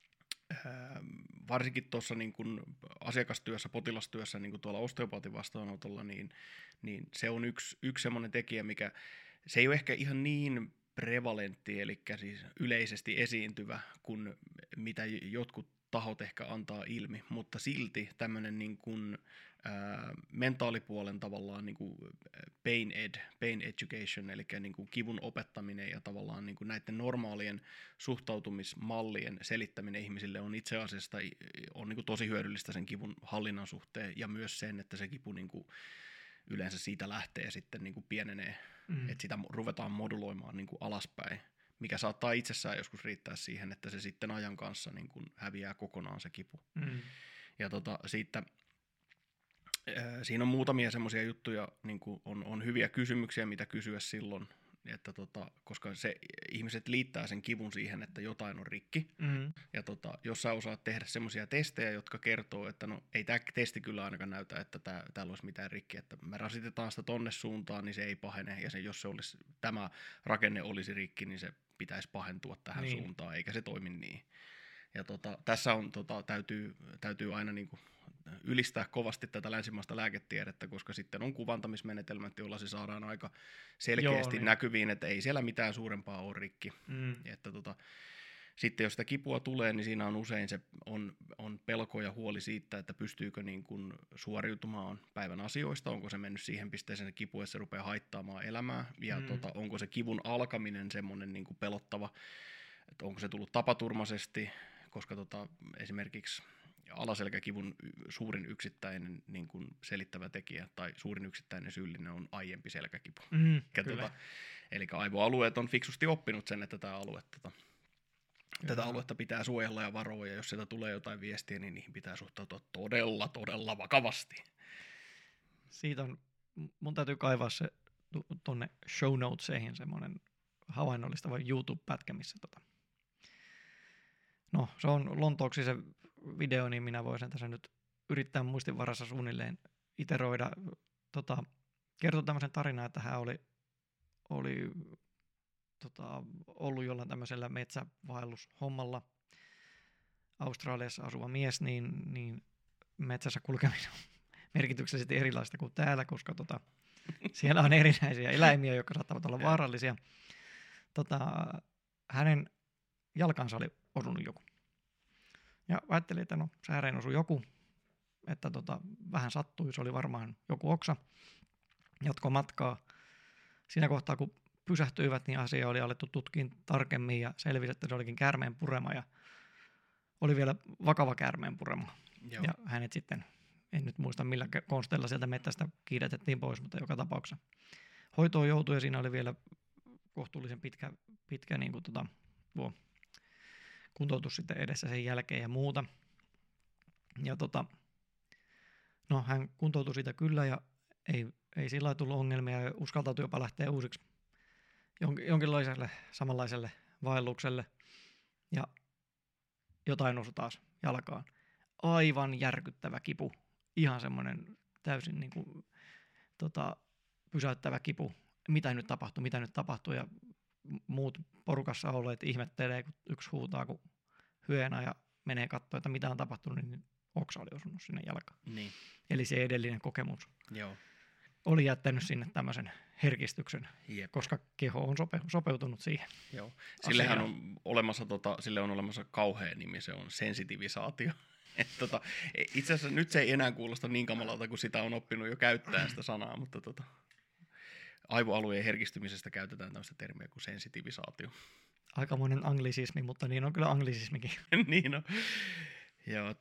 varsinkin tuossa niin kuin asiakastyössä, potilastyössä, niin kuin tuolla osteopaatin vastaanotolla, niin se on yksi semmoinen tekijä, mikä se ei ole ehkä ihan niin prevalentti, eli siis yleisesti esiintyvä, kuin mitä jotkut tahot ehkä antaa ilmi, mutta silti tämmöinen niin kuin, mentaalipuolen tavallaan niin kuin pain education, eli niin kuin kivun opettaminen ja tavallaan niin kuin näiden normaalien suhtautumismallien selittäminen ihmisille on itse asiassa on niin kuin tosi hyödyllistä sen kivun hallinnan suhteen ja myös sen, että se kipu niin kuin yleensä siitä lähtee sitten niin kuin pienenee, että sitä ruvetaan moduloimaan niin kuin alaspäin, mikä saattaa itsessään joskus riittää siihen, että se sitten ajan kanssa niin kuin häviää kokonaan se kipu. Ja siinä on muutamia semmoisia juttuja, niin kuin on hyviä kysymyksiä, mitä kysyä silloin, että koska ihmiset liittää sen kivun siihen, että jotain on rikki. Ja jos sä osaat tehdä semmoisia testejä, jotka kertoo, että no ei tämä testi kyllä ainakaan näytä, että täällä olisi mitään rikki, että me rasitetaan sitä tonne suuntaan, niin se ei pahene, ja jos tämä rakenne olisi rikki, niin se pitäisi pahentua tähän suuntaan, eikä se toimi niin. Ja tässä on, täytyy aina niin kuin ylistää kovasti tätä länsimaista lääketiedettä, koska sitten on kuvantamismenetelmät, joilla se saadaan aika selkeästi näkyviin, että ei siellä mitään suurempaa ole rikki. Että sitten jos sitä kipua tulee, niin siinä on usein se on pelko ja huoli siitä, että pystyykö niin kuin suoriutumaan päivän asioista, onko se mennyt siihen pisteeseen se kipu, että se rupeaa haittaamaan elämää, ja onko se kivun alkaminen semmoinen niin kuin pelottava, että onko se tullut tapaturmaisesti, koska esimerkiksi alaselkäkivun suurin yksittäinen niin kuin selittävä tekijä tai suurin yksittäinen syyllinen on aiempi selkäkipu. Eli aivoalueet on fiksusti oppinut sen, että tätä aluetta pitää suojella ja varoa, ja jos sieltä tulee jotain viestiä, niin niihin pitää suhtautua todella, todella vakavasti. Siitä on, mun täytyy kaivaa se tuonne show notesihin semmoinen havainnollistava YouTube-pätkä, missä no, se on lontooksi se video, niin minä voisin tässä nyt yrittää muistin varassa suunnilleen iteroida. Kertoo tämmöisen tarinan, että hän oli ollut jollain tämmöisellä metsävaellushommalla. Australiassa asuva mies, niin metsässä kulkeminen on merkityksellisesti erilaista kuin täällä, koska siellä on erinäisiä eläimiä, jotka saattavat olla vaarallisia. Hänen jalkansa oli osunut joku. Ja ajattelin, että no sääreen osui joku, että vähän sattui, se oli varmaan joku oksa. Jatko matkaa. Siinä kohtaa, kun pysähtyivät, niin asia oli alettu tutkiin tarkemmin ja selvisi, että se olikin käärmeen purema ja oli vielä vakava käärmeen purema. Joo. Ja hänet sitten, en nyt muista millä konsteilla sieltä mettästä kiidetettiin pois, mutta joka tapauksessa hoitoon joutui ja siinä oli vielä kohtuullisen pitkä niin kuin kuntoutus sitten edessä sen jälkeen ja muuta. Ja no hän kuntoutui siitä kyllä ja ei sillä lailla tullut ongelmia ja uskaltautui jopa lähteä uusiksi jonkinlaiselle samanlaiselle vaellukselle. Ja jotain osui taas jalkaan. Aivan järkyttävä kipu. Ihan semmoinen täysin niin kuin, pysäyttävä kipu. Mitä nyt tapahtuu ja muut porukassa olleet ihmettelee, kun yksi huutaa kuin hyena ja menee katsoa, että mitä on tapahtunut, niin oksa oli osunut sinne jalkaan. Niin. Eli se edellinen kokemus Joo. oli jättänyt sinne tämmöisen herkistyksen, koska keho on sopeutunut siihen. Joo. Sillehän on olemassa, sille on olemassa kauhea nimi, se on sensitivisaatio. Itse asiassa nyt se ei enää kuulosta niin kamalalta, kun sitä on oppinut jo käyttää sitä sanaa, mutta aivoalueen herkistymisestä käytetään tämmöistä termiä kuin sensitivisaatio. Aikamoinen anglisismi, mutta niin on kyllä anglisismikin. Niin on. Joo,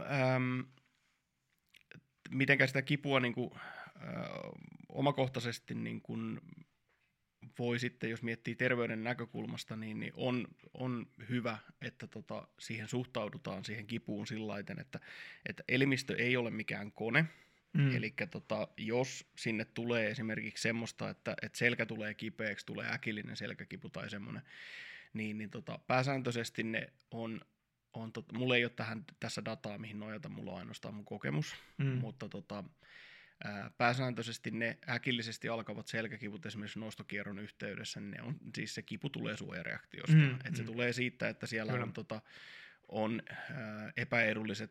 mitenkä sitä kipua niin kuin, omakohtaisesti niin kuin voi sitten, jos miettii terveyden näkökulmasta, niin on hyvä, että siihen suhtaudutaan siihen kipuun sillaiten, että elimistö ei ole mikään kone. Eli jos sinne tulee esimerkiksi semmoista, että selkä tulee kipeäksi, tulee äkillinen selkäkipu tai semmoinen, niin pääsääntöisesti ne on mulla ei ole tässä dataa, mihin nojata, mulla on ainoastaan mun kokemus, mutta pääsääntöisesti ne äkillisesti alkavat selkäkivut esimerkiksi nostokierron yhteydessä, niin siis se kipu tulee suojareaktiosta. Se tulee siitä, että siellä on epäedulliset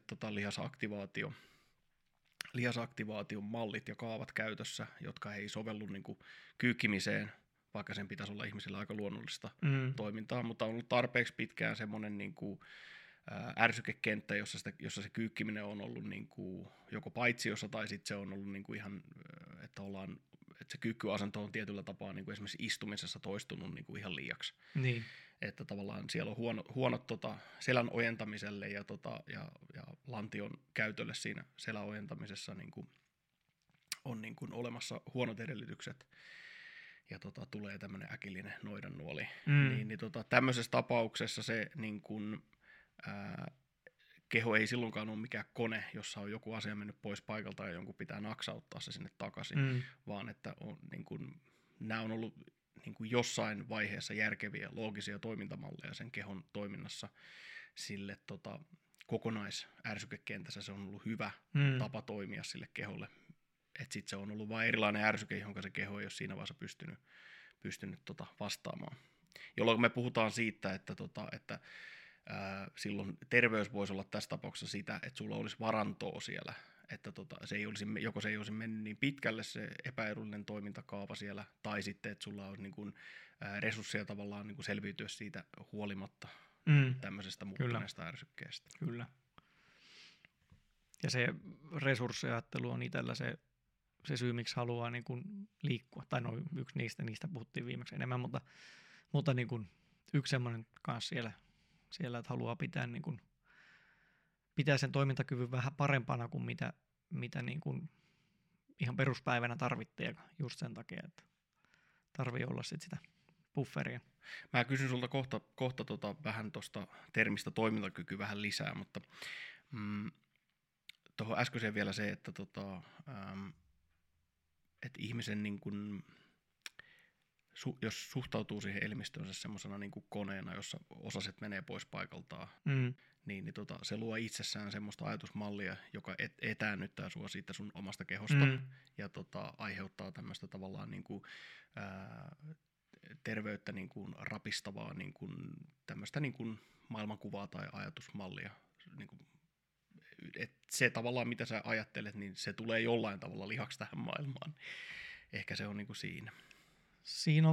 lihasaktivaation mallit ja kaavat käytössä, jotka ei sovellu niin kuin kyykkimiseen, vaikka sen pitäisi olla ihmisillä aika luonnollista toimintaa, mutta on ollut tarpeeksi pitkään semmoinen niin kuin ärsykekenttä, jossa se kyykkiminen on ollut niin kuin joko paitsiossa tai sitten se on ollut niin kuin ihan, että se kyykkyasento on tietyllä tapaa niin kuin esimerkiksi istumisessa toistunut niin kuin ihan liiaksi. Niin. Että tavallaan siellä on huonot selän ojentamiselle ja lantion käytölle siinä selän ojentamisessa niin kuin on niin kuin olemassa huonot edellytykset ja tulee tämmöinen äkillinen noidannuoli. Niin, tämmöisessä tapauksessa se niin kuin, keho ei silloinkaan ole mikään kone, jossa on joku asia mennyt pois paikalta ja jonkun pitää naksauttaa se sinne takaisin, vaan että on, niin kuin, nämä on ollut niin kuin jossain vaiheessa järkeviä loogisia toimintamalleja sen kehon toiminnassa sille kokonaiärsykekentässä. Se on ollut hyvä tapa toimia sille keholle. Että sitten se on ollut vain erilainen ärsyke, jonka se keho ei ole siinä vaiheessa pystynyt vastaamaan. Jolloin me puhutaan siitä, että silloin terveys voisi olla tässä tapauksessa sitä, että sulla olisi varantoa siellä, että se ei olisi mennyt niin pitkälle se epäedullinen toimintakaava siellä, tai sitten, että sulla olisi niin kuin resursseja tavallaan niin kuin selviytyä siitä huolimatta tämmöisestä muuttuneesta ärsykkeestä. Kyllä. Ja se resurssiajattelu on itsellä se syy, miksi haluaa niin kuin liikkua. Tai no yksi niistä puhuttiin viimeksi enemmän, mutta niin kuin yksi semmoinen kanssa siellä, että haluaa pitää sen toimintakyvyn vähän parempana kuin mitä niin kuin ihan peruspäivänä tarvitsee, just sen takia, että tarvii olla sitä bufferia. Mä kysyn sulta kohta vähän tuosta termistä toimintakyky vähän lisää, mutta tuohon äskeiseen vielä se, että että ihmisen niin kuin, jos suhtautuu siihen elimistöönsä semmoisena niin kuin koneena, jossa osaset menee pois paikaltaan, niin se luo itsessään semmoista ajatusmallia, joka etäännyttää sua siitä sun omasta kehosta ja aiheuttaa tämmöistä tavallaan niin kuin, terveyttä niin kuin rapistavaa niin kuin, tämmöistä niin kuin maailmankuvaa tai ajatusmallia. Niin kuin, se tavallaan, mitä sä ajattelet, niin se tulee jollain tavalla lihaksi tähän maailmaan. Ehkä se on niin kuin siinä. Siinä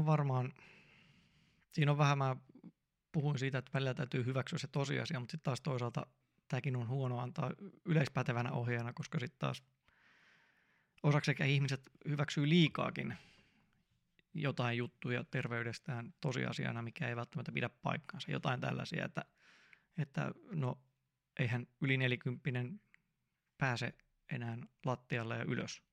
on vähän, mä puhuin siitä, että välillä täytyy hyväksyä se tosiasia, mutta sitten taas toisaalta tämäkin on huono antaa yleispätevänä ohjeena, koska sitten taas osaksi sekä ihmiset hyväksyy liikaakin jotain juttuja terveydestään tosiasiana, mikä ei välttämättä pidä paikkaansa. Jotain tällaisia, että no eihän yli 40 pääse enää lattialle ja ylös.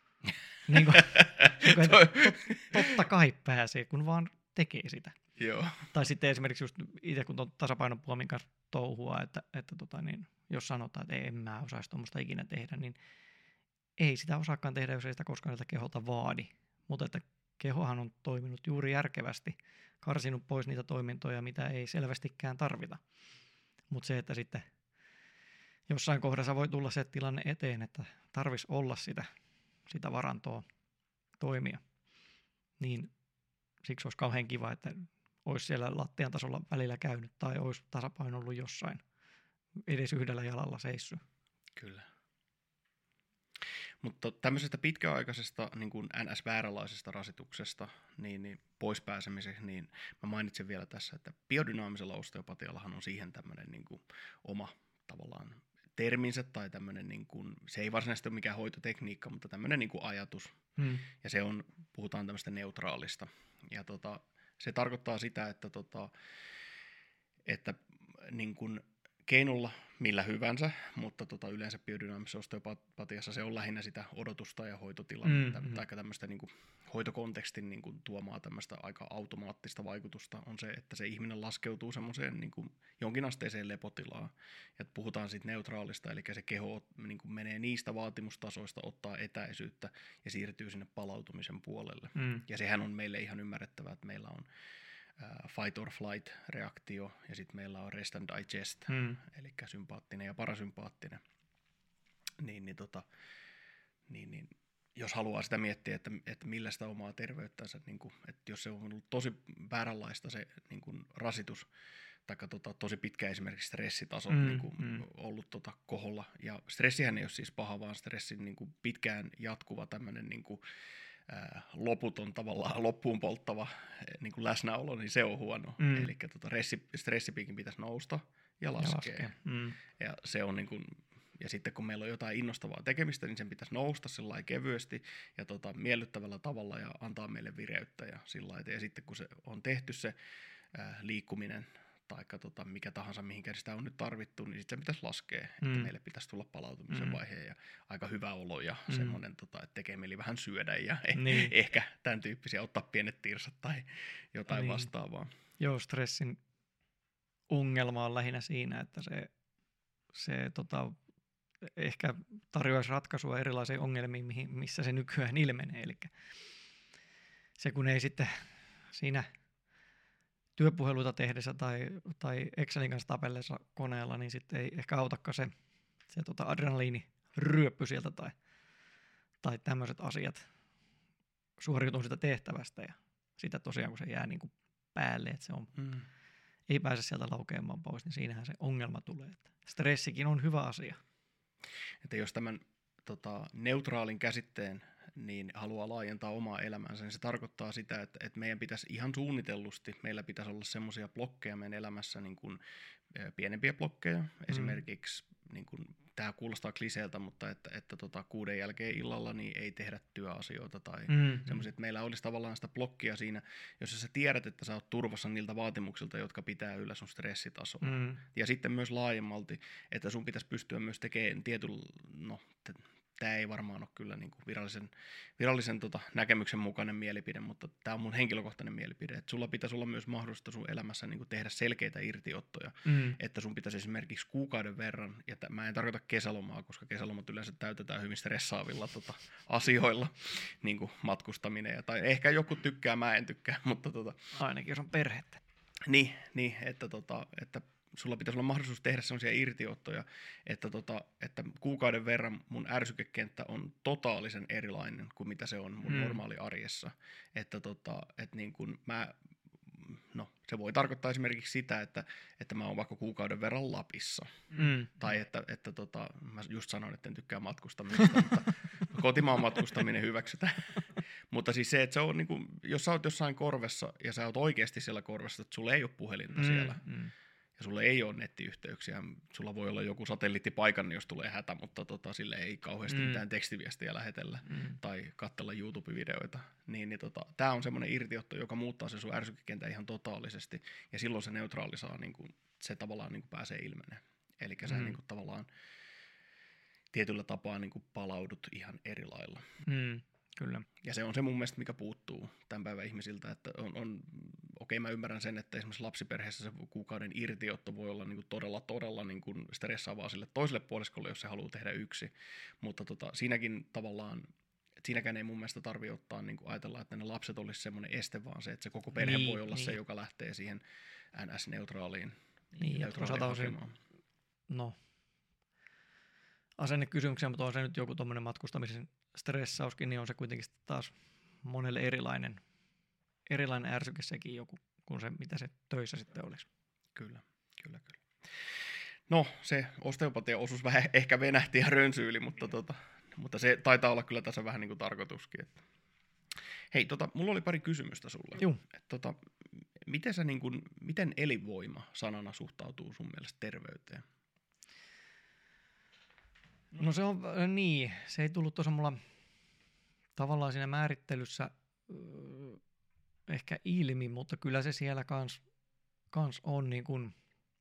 Totta kai pääsee, kun vaan tekee sitä. Joo. Tai sitten esimerkiksi just itse kun tasapainopuomin kanssa touhua, että jos sanotaan, että en mä osaisi tuommoista ikinä tehdä, niin ei sitä osaakaan tehdä, jos ei sitä koskaan sitä keholta vaadi. Mutta että kehohan on toiminut juuri järkevästi, karsinut pois niitä toimintoja, mitä ei selvästikään tarvita. Mutta se, että sitten jossain kohdassa voi tulla se tilanne eteen, että tarvitsisi olla sitä varantoa toimia, niin siksi olisi kauhean kiva, että olisi siellä lattian tasolla välillä käynyt tai olisi tasapaino ollut jossain edes yhdellä jalalla seissyt. Kyllä. Mutta tämmöisestä pitkäaikaisesta niin kuin NS-vääränlaisesta rasituksesta niin pois pääsemiseksi, niin mä mainitsen vielä tässä, että biodynaamisella osteopatiallahan on siihen tämmöinen niin kuin oma tavallaan terminsä tai tämmöinen, niin kuin, se ei varsinaisesti ole mikään hoitotekniikka, mutta tämmöinen niin kuin ajatus. Ja se on, puhutaan tämmöistä neutraalista. Ja se tarkoittaa sitä, että niin kuin keinolla millä hyvänsä, mutta yleensä biodynaamisessa osteopatiassa se on lähinnä sitä odotusta ja hoitotilannetta, tai tämmöistä niin kuin hoitokontekstin niin kuin tuomaa tämmöistä aika automaattista vaikutusta on se, että se ihminen laskeutuu semmoiseen niin kuin jonkinasteiseen lepotilaan, ja puhutaan siitä neutraalista, eli se keho niin kuin menee niistä vaatimustasoista, ottaa etäisyyttä ja siirtyy sinne palautumisen puolelle. Ja sehän on meille ihan ymmärrettävää, että meillä on fight or flight reaktio, ja sitten meillä on rest and digest, eli sympaattinen ja parasympaattinen. Niin, jos haluaa sitä miettiä, että millä sitä omaa terveyttänsä, niin kuin, että jos se on ollut tosi vääränlaista se niin kuin rasitus tosi pitkä esimerkiksi stressitasot niin kuin ollut koholla. Ja stressihän ei ole siis paha, vaan stressin niin kuin pitkään jatkuva tämmöinen niin kuin, loputon tavallaan loppuun polttava niin kuin läsnäolo, niin se on huono. Eli stressipiikin pitäisi nousta ja laskea. Ja se on niin kuin, ja sitten kun meillä on jotain innostavaa tekemistä, niin sen pitäisi nousta sellainen kevyesti ja miellyttävällä tavalla ja antaa meille vireyttä ja sillä ja sitten kun se on tehty se liikkuminen tai mikä tahansa, mihinkä sitä on nyt tarvittu, niin sitten se pitäisi laskea, että meille pitäisi tulla palautumisen vaihe ja aika hyvä olo ja semmoinen, että tekee mieli vähän syödä ja ehkä tämän tyyppisiä, ottaa pienet tirsat tai jotain vastaavaa. Joo, stressin ongelma on lähinnä siinä, että se ehkä tarjoaisi ratkaisua erilaisiin ongelmiin, missä se nykyään ilmenee. Eli se kun ei sitten siinä työpuheluita tehdessä tai Excelin kanssa tapellessa koneella, niin sitten ei ehkä autakaan se adrenaliiniryöppy sieltä tai tämmöiset asiat suoriutuu sitä tehtävästä ja sitä tosiaan kun se jää niin kuin päälle, että se on, ei pääse sieltä laukeamaan pois, niin siinähän se ongelma tulee. Että stressikin on hyvä asia. Että jos tämän neutraalin käsitteen niin haluaa laajentaa omaa elämänsä, niin se tarkoittaa sitä, että meidän pitäisi ihan suunnitellusti, meillä pitäisi olla semmoisia blokkeja meidän elämässä, niin kuin pienempiä blokkeja, esimerkiksi, niin kuin, tämä kuulostaa kliseeltä, mutta että 6 jälkeen illalla niin ei tehdä työasioita tai semmoisia, että meillä olisi tavallaan sitä blokkia siinä, jos sä tiedät, että sä oot turvassa niiltä vaatimuksilta, jotka pitää yllä sun stressitasoa. Ja sitten myös laajemmalti, että sun pitäisi pystyä myös tekemään tämä ei varmaan ole kyllä niin kuin virallisen näkemyksen mukainen mielipide, mutta tämä on mun henkilökohtainen mielipide, että sulla pitäisi olla myös mahdollista sun elämässä niin kuin tehdä selkeitä irtiottoja, että sun pitäisi esimerkiksi kuukauden verran, ja mä en tarkoita kesälomaa, koska kesälomat yleensä täytetään hyvin stressaavilla asioilla, niin kuin matkustaminen, tai ehkä joku tykkää, mä en tykkää, mutta ainakin jos on perhettä. Niin että sulla pitäisi olla mahdollisuus tehdä sellaisia irtiottoja, että kuukauden verran mun ärsykekenttä on totaalisen erilainen kuin mitä se on mun normaali arjessa. Että niin kun se voi tarkoittaa esimerkiksi sitä, että mä oon vaikka kuukauden verran Lapissa. Tai että mä just sanoin, että en tykkää matkustamisesta, mutta kotimaan matkustaminen hyväksytään. Mutta siis se, että se on niin kun, jos sä oot jossain korvessa ja sä oot oikeasti siellä korvessa, että sulla ei ole puhelinta siellä, ja sulla ei ole nettiyhteyksiä, sulla voi olla joku satelliittipaikanne, jos tulee hätä, mutta sille ei kauheasti mitään tekstiviestiä lähetellä tai katsella YouTube-videoita. Tämä on semmoinen irtiotto, joka muuttaa se sun ärsykekentän ihan totaalisesti, ja silloin se neutraali saa, se tavallaan pääsee ilmenee. Eli sä tavallaan tietyllä tapaa palaudut ihan eri lailla. Kyllä. Ja se on se mun mielestä, mikä puuttuu tämän päivän ihmisiltä, että okei, mä ymmärrän sen, että esimerkiksi lapsiperheessä se kuukauden irtiotto voi olla todella stressaavaa sille toiselle puoliskolle, jos se haluaa tehdä yksi, mutta siinäkin tavallaan, siinäkään ei mun mielestä tarvitse ottaa ajatella, että ne lapset olisi semmoinen este, vaan se, että se koko perhe voi olla se, joka lähtee siihen NS-neutraaliin hakemaan. Asennekysymyksiä, mutta on se nyt joku tuommoinen matkustamisen stressauskin, niin on se kuitenkin taas monelle erilainen ärsyke sekin joku, kuin se, mitä se töissä sitten olisi. Kyllä. No, se osteopatia-osuus vähän ehkä venähti ja rönsyili, mutta se taitaa olla kyllä tässä vähän niin kuin tarkoituskin. Että. Hei, mulla oli pari kysymystä sulle. Juu. Miten elinvoima sanana suhtautuu sun mielestä terveyteen? No se on niin, se ei tullut tuossa mulla tavallaan siinä määrittelyssä ehkä ilmi, mutta kyllä se siellä kans on niin kuin,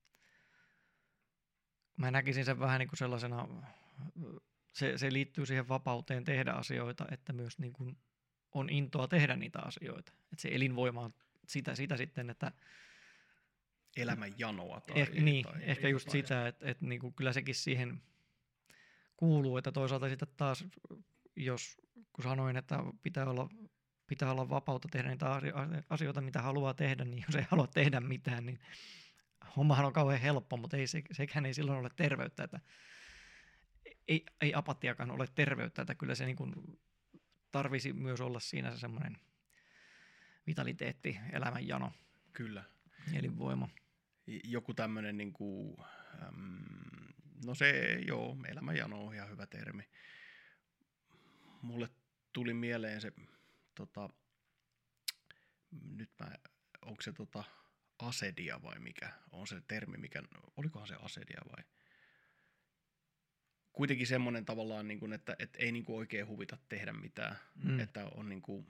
mä näkisin sen vähän niin kuin sellaisena, se liittyy siihen vapauteen tehdä asioita, että myös niin kuin on intoa tehdä niitä asioita. Että se elinvoima on sitä sitten, että elämän janoa tai ehkä just jotain. Sitä, että niin kuin kyllä sekin siihen kuuluu, että toisaalta sitten taas, kun sanoin, että pitää olla vapautta tehdä niitä asioita, mitä haluaa tehdä, niin jos ei halua tehdä mitään, niin hommahan on kauhean helppo, mutta sekään ei silloin ole terveyttä, että ei apatiakaan ole terveyttä, että kyllä se niin kuin tarvisi myös olla siinä se semmoinen vitaliteetti, elämänjano, kyllä. elinvoima. joku tämmöinen, niinku, no se, joo, elämänjano on ihan hyvä termi. Mulle tuli mieleen se, onko se asedia vai mikä on se termi, olikohan se asedia vai? Kuitenkin semmoinen tavallaan, niin kuin, että ei niin kuin oikein huvita tehdä mitään, että on niin kuin,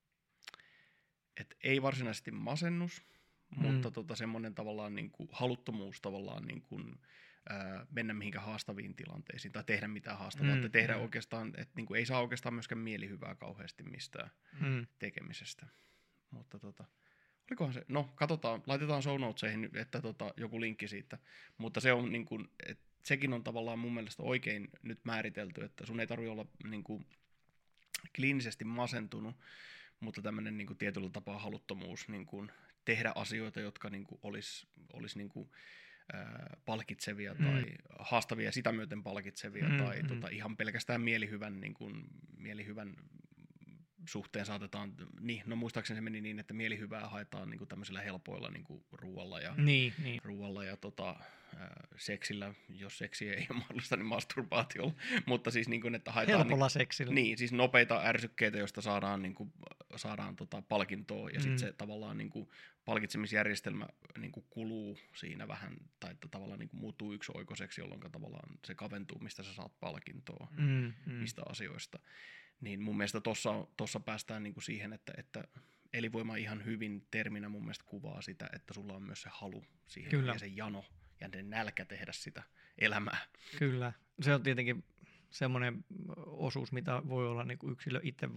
että ei varsinaisesti masennus, mutta semmoinen tavallaan niin kuin haluttomuus tavallaan niin kuin, mennä mihinkään haastaviin tilanteisiin tai tehdä mitään haastavaa, että tehdä oikeastaan, että niin kuin ei saa oikeastaan myöskään mielihyvää kauheasti mistään tekemisestä. Mutta olikohan se, no katsotaan, laitetaan show notesihin, että joku linkki siitä, mutta se on niin kuin, että sekin on tavallaan mun mielestä oikein nyt määritelty, että sun ei tarvitse olla niin kuin kliinisesti masentunut, mutta tämmöinen niin kuin tietyllä tapaa haluttomuus niin kuin tehdä asioita, jotka niin kuin olisi niin kuin, palkitsevia tai haastavia, sitä myöten palkitsevia tai ihan pelkästään mielihyvän suhteen saatetaan, niin, no muistaakseni se meni niin, että mielihyvää haetaan niin kuin tämmöisillä helpoilla niin kuin ruoalla ja seksillä, jos seksi ei ole mahdollista, niin masturbaatiolla, mutta siis niin kuin, että haetaan helpolla seksillä. Niin, siis nopeita ärsykkeitä, joista saadaan palkintoa ja sitten se tavallaan niin kuin palkitsemisjärjestelmä niin kuin kuluu siinä vähän tai tavallaan niin kuin muuttuu yksioikoiseksi, jolloin tavallaan se kaventuu, mistä sä saat palkintoa, mistä asioista. Niin mun mielestä tossa päästään niinku siihen, että elinvoima ihan hyvin terminä mun mielestä kuvaa sitä, että sulla on myös se halu siihen ja se jano ja se nälkä tehdä sitä elämää. Kyllä. Se on tietenkin semmoinen osuus, mitä voi olla niinku yksilö itse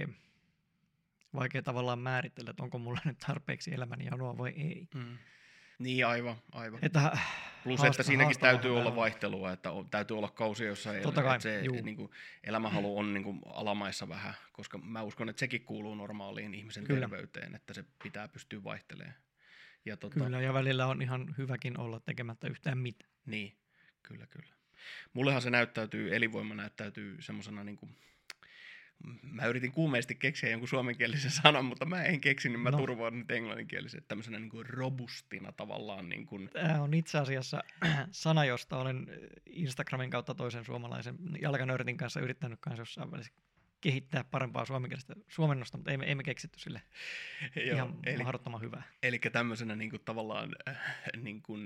vaikea tavallaan määritellä, että onko mulla nyt tarpeeksi elämäni janoa vai ei. Niin, aivan. Että plus, että siinäkin täytyy olla vaihtelua, että täytyy olla kausia, jossa se niin kuin, elämänhalu on niin kuin alamaissa vähän, koska mä uskon, että sekin kuuluu normaaliin ihmisen terveyteen, että se pitää pystyä vaihtelemaan. Ja Kyllä, ja välillä on ihan hyväkin olla tekemättä yhtään mitään. Niin, kyllä. Mullehan se elinvoima näyttäytyy semmosena niin kuin, mä yritin kuumeisesti keksiä jonkun suomenkielisen sanan, mutta mä en keksinyt, mä turvaan nyt englanninkielisen, tämmöisenä niin kuin robustina tavallaan. Niin kuin. Tämä on itse asiassa sana, josta olen Instagramin kautta toisen suomalaisen jalkanörtin kanssa yrittänyt kanssa jossain välissä kehittää parempaa suomenkielistä suomennosta, mutta ei me keksitty sille ihan mahdottoman hyvää. Eli tämmöisenä niin kuin, tavallaan, niin kuin,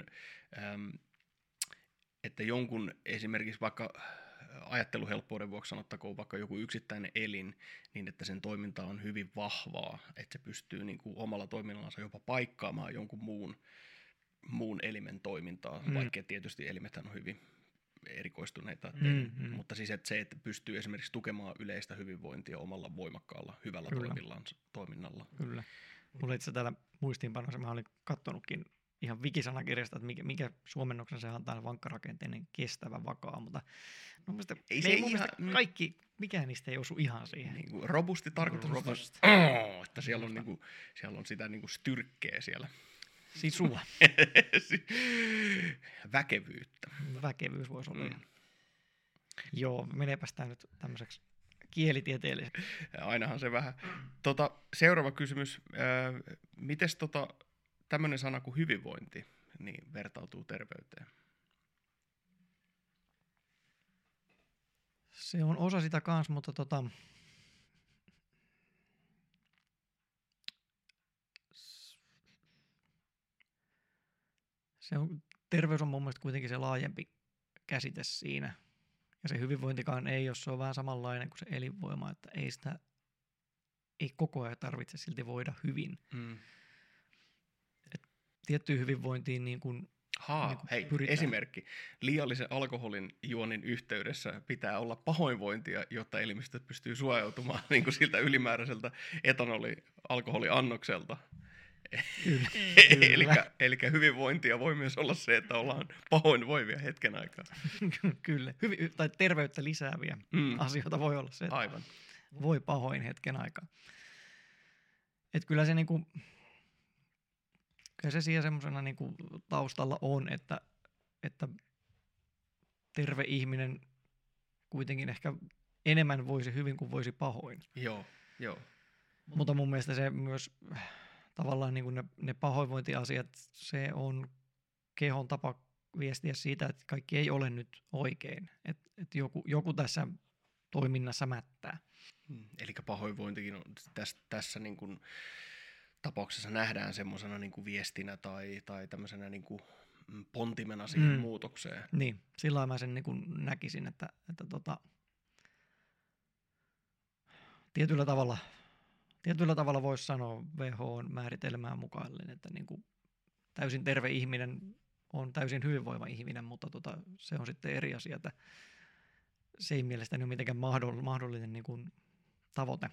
että jonkun esimerkiksi vaikka ajatteluhelppouden vuoksi sanottakoon vaikka joku yksittäinen elin, niin että sen toiminta on hyvin vahvaa, että se pystyy niin kuin omalla toiminnallansa jopa paikkaamaan jonkun muun elimen toimintaa, vaikka tietysti elimethän on hyvin erikoistuneita, mutta siis että se, että pystyy esimerkiksi tukemaan yleistä hyvinvointia omalla voimakkaalla, hyvällä toiminnalla. Kyllä. Mulla itse täällä muistiinpanossa, mä olin katsonutkin ihan wikisanakirjasta, että mikä suomennoksen se antaa vankkarakenteinen, kestävä, vakaa, mutta mun mielestä mikään niistä ei osu ihan siihen. Niin kuin robusti tarkoitus, että siellä on, niinku, siellä on sitä niinku styrkkeä siellä. Sisua. Väkevyyttä. Väkevyys voisi olla. Joo, meneepäs tää nyt tämmöiseksi kielitieteelliseksi. Ainahan se vähän. Seuraava kysymys. Mites tämmöinen sana kuin hyvinvointi niin vertautuu terveyteen? Se on osa sitä kanssa, mutta terveys on mun mielestä kuitenkin se laajempi käsite siinä. Ja se hyvinvointikaan ei, jos se on vähän samanlainen kuin se elinvoima, että ei koko ajan tarvitse silti voida hyvin. Tiettyyn hyvinvointiin niin kuin hei, pyritään. Esimerkki. Liiallisen alkoholin juonnin yhteydessä pitää olla pahoinvointia, jotta elimistöt pystyy suojautumaan niin kuin siltä ylimääräiseltä etanoli-alkoholiannokselta. Eli hyvinvointia voi myös olla se, että ollaan pahoinvoivia hetken aikaa. Kyllä. Tai terveyttä lisääviä asioita voi olla se, että aivan. Voi pahoin hetken aikaa. Et kyllä se niinku, kyllä se siellä semmoisena niinku taustalla on, että terve ihminen kuitenkin ehkä enemmän voisi hyvin kuin voisi pahoin. Joo. Mutta mun mielestä se myös tavallaan niin kuin ne pahoinvointiasiat, se on kehon tapa viestiä siitä, että kaikki ei ole nyt oikein, että joku tässä toiminnassa mättää. Eli pahoinvointikin on tässä niin kuin tapauksessa nähdään semmoisena niin kuin viestinä tai tämmöisenä niin kuin pontimena siihen muutokseen. Niin, sillä mä sen niin kuin näkisin, että tietyllä tavalla voisi sanoa WHO:n määritelmään mukaillen, että niin kuin täysin terve ihminen on täysin hyvinvoiva ihminen, mutta se on sitten eri asia, että se ei mielestäni ole mitenkään mahdollinen niin kuin tavoite.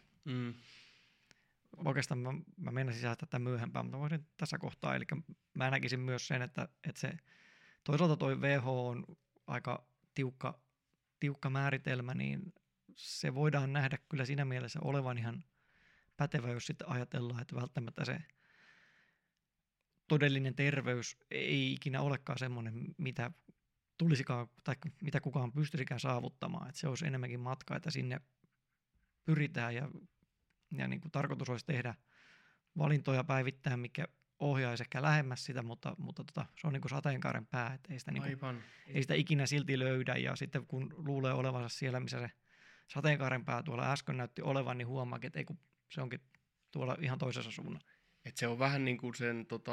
Oikeastaan mä meinasin säästää tätä myöhempään, mutta voisin tässä kohtaa. Eli mä näkisin myös sen, että se toisaalta toi WHO on aika tiukka määritelmä, niin se voidaan nähdä kyllä siinä mielessä olevan ihan pätevä, jos sitten ajatellaan, että välttämättä se todellinen terveys ei ikinä olekaan semmoinen, mitä tulisikaan tai mitä kukaan pystyisikään saavuttamaan. Että se olisi enemmänkin matka, että sinne pyritään ja niin kuin tarkoitus olisi tehdä valintoja päivittäin, mikä ohjaisi ehkä lähemmäs sitä, mutta se on niin kuin sateenkaaren pää, että ei sitä ikinä silti löydä, ja sitten kun luulee olevansa siellä, missä se sateenkaaren pää tuolla äsken näytti olevan, niin huomaakin, että ei, kun se onkin tuolla ihan toisessa suunnassa. Että se on vähän niin kuin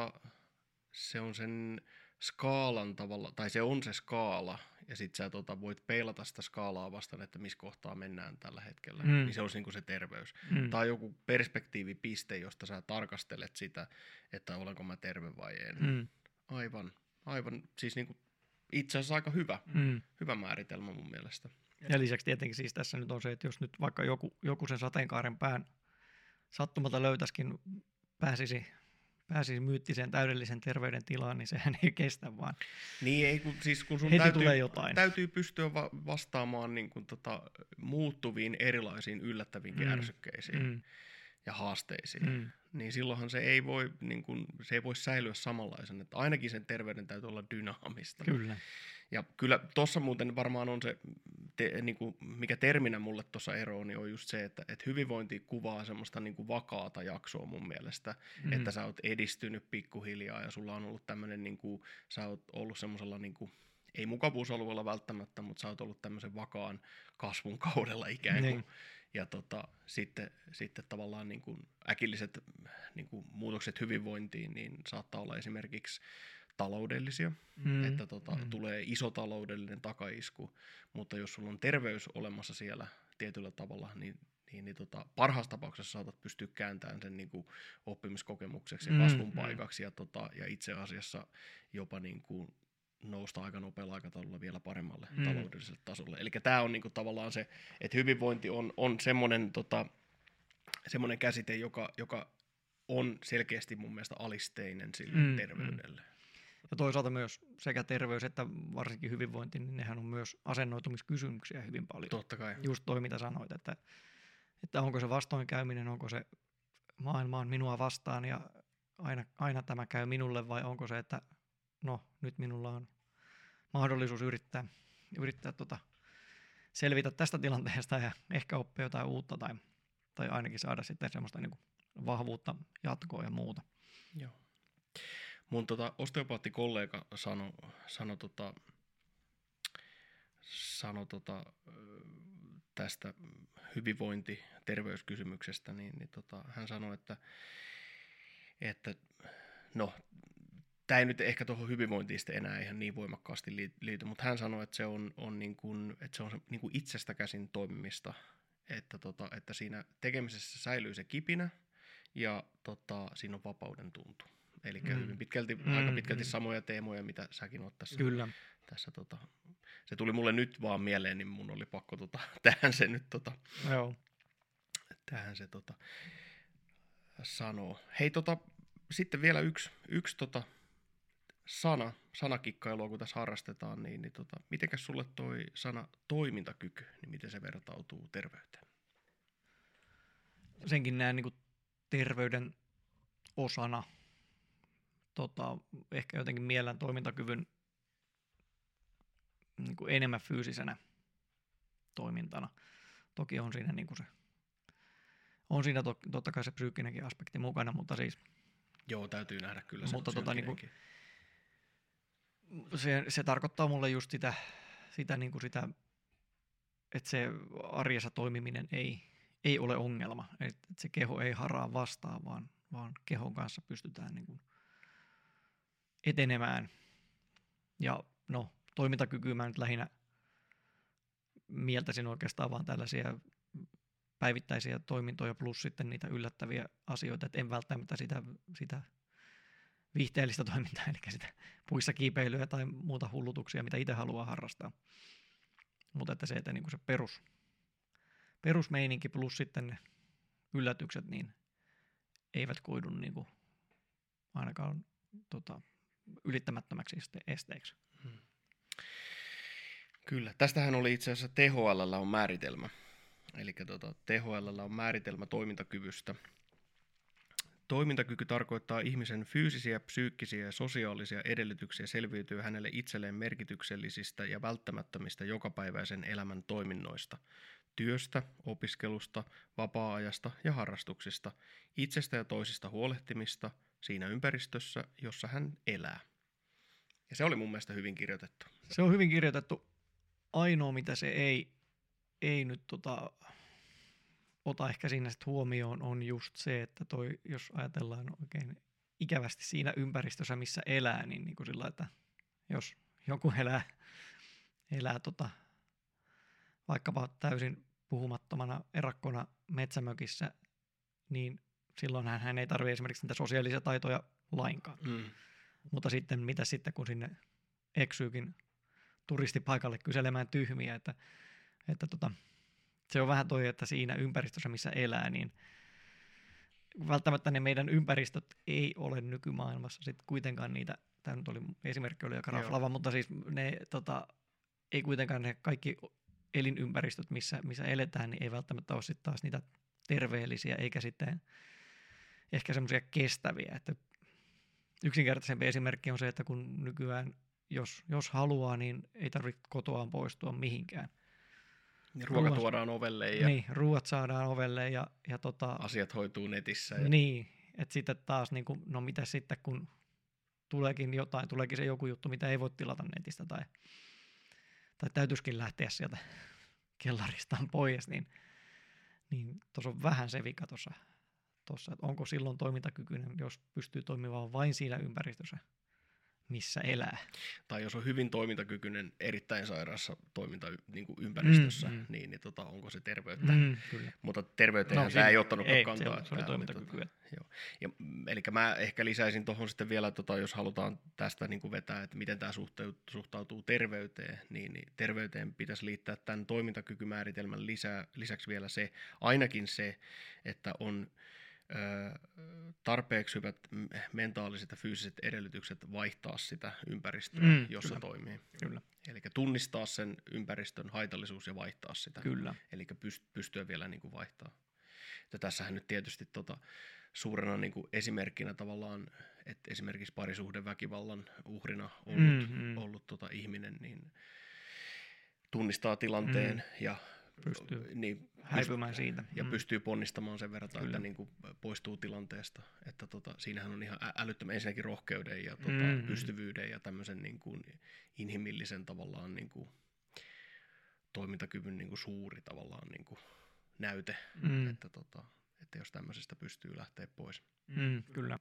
se on sen skaalan tavalla, tai se on se skaala, ja sit sä voit peilata sitä skaalaa vastaan, että missä kohtaa mennään tällä hetkellä, niin se olisi niin kuin se terveys. Tai joku perspektiivipiste, josta sä tarkastelet sitä, että olenko mä terve vai en. Aivan, siis niin kuin itse asiassa aika hyvä määritelmä mun mielestä. Ja lisäksi tietenkin siis tässä nyt on se, että jos nyt vaikka joku sen sateenkaaren pään sattumalta löytäisikin, pääsisi myyttiseen täydellisen terveyden tilaan, niin sehän ei kestä vaan. Niin, ei, kun sun täytyy pystyä vastaamaan niin kuin muuttuviin erilaisiin yllättäviinkin ärsykkeisiin ja haasteisiin. Niin silloinhan se ei voi säilyä samanlaisen, että ainakin sen terveyden täytyy olla dynaamista. Kyllä. Ja kyllä tuossa muuten varmaan on se, niin kuin mikä terminä mulle tuossa eroon, niin on just se, että hyvinvointi kuvaa semmoista niin kuin vakaata jaksoa mun mielestä, että sä oot edistynyt pikkuhiljaa ja sulla on ollut tämmöinen, niin kuin, sä oot ollut semmoisella, niin kuin, ei mukavuusalueella välttämättä, mutta sä oot ollut tämmöisen vakaan kasvun kaudella ikään kuin. Niin. Ja sitten tavallaan niin kuin äkilliset niin kuin muutokset hyvinvointiin niin saattaa olla esimerkiksi taloudellisia, että tulee iso taloudellinen takaisku, mutta jos sulla on terveys olemassa siellä tietyllä tavalla, niin parhaassa tapauksessa saatat pystyä kääntämään sen niin kuin oppimiskokemukseksi ja kasvun paikaksi ja itse asiassa jopa niin kuin nousta aika nopealla aikataululla vielä paremmalle taloudelliselle tasolle. Eli tämä on niin kuin tavallaan se, että hyvinvointi on semmoinen käsite, joka on selkeästi mun mielestä alisteinen sille terveydelle. Ja toisaalta myös sekä terveys että varsinkin hyvinvointi, niin nehän on myös asennoitumiskysymyksiä hyvin paljon. Totta kai. Just toi, mitä sanoit, että onko se vastoinkäyminen, onko se maailma on minua vastaan ja aina tämä käy minulle, vai onko se, että no nyt minulla on mahdollisuus yrittää selvitä tästä tilanteesta ja ehkä oppia jotain uutta tai ainakin saada sitten semmoista niin kuin vahvuutta jatkoa ja muuta. Joo. Mun osteopaattikollega sanoi tästä hyvinvointi-terveyskysymyksestä, niin hän sanoi, että no, tämä ei nyt ehkä tuohon hyvinvointiin enää ihan niin voimakkaasti liity, mutta hän sanoi, että se on niin kuin itsestä käsin toimimista, että siinä tekemisessä säilyy se kipinä ja siinä on vapauden tuntu. Eli hyvin aika pitkälti samoja teemoja, mitä säkin oot tässä. Kyllä. Tässä se tuli mulle nyt vaan mieleen, niin mun oli pakko tähän se nyt Joo. Tähän se sanoo. Hei sitten vielä yksi sanakikkailua, kun tässä harrastetaan, niin mitenkäs sulle toi sana toimintakyky, niin miten se vertautuu terveyteen? Senkin näen niin kuin terveyden osana. Ehkä jotenkin mielen toimintakyvyn niin kuin enemmän fyysisenä toimintana. Toki on siinä, niin kuin totta kai se psyykkinenkin aspekti mukana, mutta siis... Joo, täytyy nähdä kyllä se mutta niin kuin, se tarkoittaa mulle just sitä, niin kuin sitä, että se arjessa toimiminen ei ole ongelma. Että se keho ei haraa vastaan, vaan kehon kanssa pystytään niin kuin etenemään. Ja no, toimintakykyä mä nyt lähinnä mieltäisin oikeastaan vaan tällaisia päivittäisiä toimintoja plus sitten niitä yllättäviä asioita, että en välttämättä sitä viihteellistä toimintaa, eli sitä puissa kiipeilyä tai muuta hullutuksia, mitä itse haluaa harrastaa. Mutta että se, että niinku se perusmeininki plus sitten ne yllätykset, niin eivät koidu niinku ainakaan ylittämättömäksi esteeksi. Kyllä. Tästähän oli itse asiassa THL:llä on määritelmä. Eli THL:llä on määritelmä toimintakyvystä. Toimintakyky tarkoittaa ihmisen fyysisiä, psyykkisiä ja sosiaalisia edellytyksiä selviytyä hänelle itselleen merkityksellisistä ja välttämättömistä jokapäiväisen elämän toiminnoista, työstä, opiskelusta, vapaa-ajasta ja harrastuksista, itsestä ja toisista huolehtimista siinä ympäristössä, jossa hän elää. Ja se oli mun mielestä hyvin kirjoitettu. Se on hyvin kirjoitettu. Ainoa, mitä se ei nyt ota ehkä siinä sit huomioon, on just se, että jos ajatellaan oikein ikävästi siinä ympäristössä, missä elää, niin kuin sillä, että jos joku elää vaikkapa täysin puhumattomana erakkona metsämökissä, niin silloin hän ei tarvitse esimerkiksi niitä sosiaalisia taitoja lainkaan. Mutta sitten mitä sitten, kun sinne eksyykin turistipaikalle kyselemään tyhmiä, että se on vähän toi, että siinä ympäristössä, missä elää, niin välttämättä ne meidän ympäristöt ei ole nykymaailmassa sitten kuitenkaan niitä, tämä nyt oli esimerkki oli aika raflava, mutta siis ne ei kuitenkaan ne kaikki elinympäristöt, missä eletään, niin ei välttämättä ole sitten taas niitä terveellisiä, eikä sitten ehkä semmoisia kestäviä, että yksinkertaisempi esimerkki on se, että kun nykyään, jos haluaa, niin ei tarvitse kotoaan poistua mihinkään. Ruoka tuodaan ovelle. Niin, ruuat saadaan ovelle ja asiat hoituu netissä. Niin, että sitten taas, niin kuin, no mitä sitten, kun tuleekin se joku juttu, mitä ei voi tilata netistä tai täytyisikin lähteä sieltä kellaristaan pois, niin tuossa on vähän se vika tuossa, että onko silloin toimintakykyinen, jos pystyy toimimaan vain siinä ympäristössä, missä elää. Tai jos on hyvin toimintakykyinen erittäin sairaassa ympäristössä, niin onko se terveyttä. Kyllä. Mutta terveyteen tämä ei ottanutkaan kantaa. Se oli toimintakykyä. Eli mä ehkä lisäisin tuohon sitten vielä, jos halutaan tästä vetää, että miten tämä suhtautuu terveyteen, niin terveyteen pitäisi liittää tämän toimintakykymääritelmän lisäksi vielä ainakin se, että on tarpeeksi hyvät mentaaliset ja fyysiset edellytykset vaihtaa sitä ympäristöä, jossa kyllä toimii. Kyllä. Eli tunnistaa sen ympäristön haitallisuus ja vaihtaa sitä. Kyllä. Eli pystyä vielä vaihtaa. Ja tässähän nyt tietysti suurena esimerkkinä tavallaan, että esimerkiksi parisuhdeväkivallan uhrina ollut ihminen niin tunnistaa tilanteen ja pystyy häipymään siitä. Ja pystyy ponnistamaan sen verran, että poistuu tilanteesta. Että siinähän on ihan älyttömän ensinnäkin rohkeuden ja pystyvyyden ja tämmöisen inhimillisen tavallaan toimintakyvyn suuri tavallaan näyte. Että jos tämmöisestä pystyy lähteä pois. Kyllä.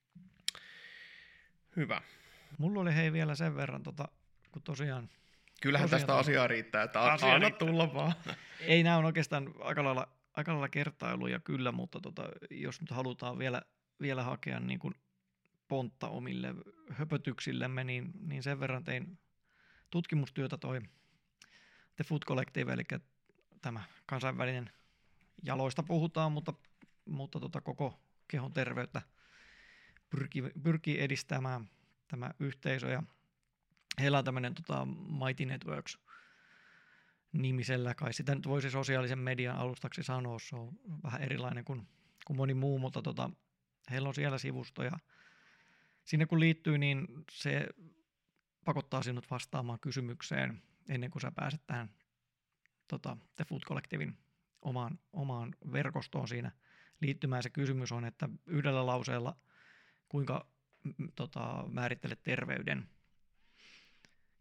Hyvä. Mulla oli vielä sen verran, kun tosiaan kyllähän tästä asiaa riittää, että anna tulla vaan. Ei, nämä on oikeastaan aika lailla kertailuja kyllä, mutta jos nyt halutaan vielä hakea niin kuin pontta omille höpötyksillemme, niin sen verran tein tutkimustyötä toi The Food Collective, eli tämä kansainvälinen, jaloista puhutaan, mutta koko kehon terveyttä pyrkii edistämään tämä yhteisö, ja heillä on tämmöinen Mighty Networks -nimisellä, kai sitä nyt voisi sosiaalisen median alustaksi sanoa, se on vähän erilainen kuin moni muu, mutta heillä on siellä sivusto, ja sinne kun liittyy, niin se pakottaa sinut vastaamaan kysymykseen ennen kuin sä pääset tähän The Food Collectivein omaan verkostoon siinä liittymään. Se kysymys on, että yhdellä lauseella kuinka määrittelet terveyden.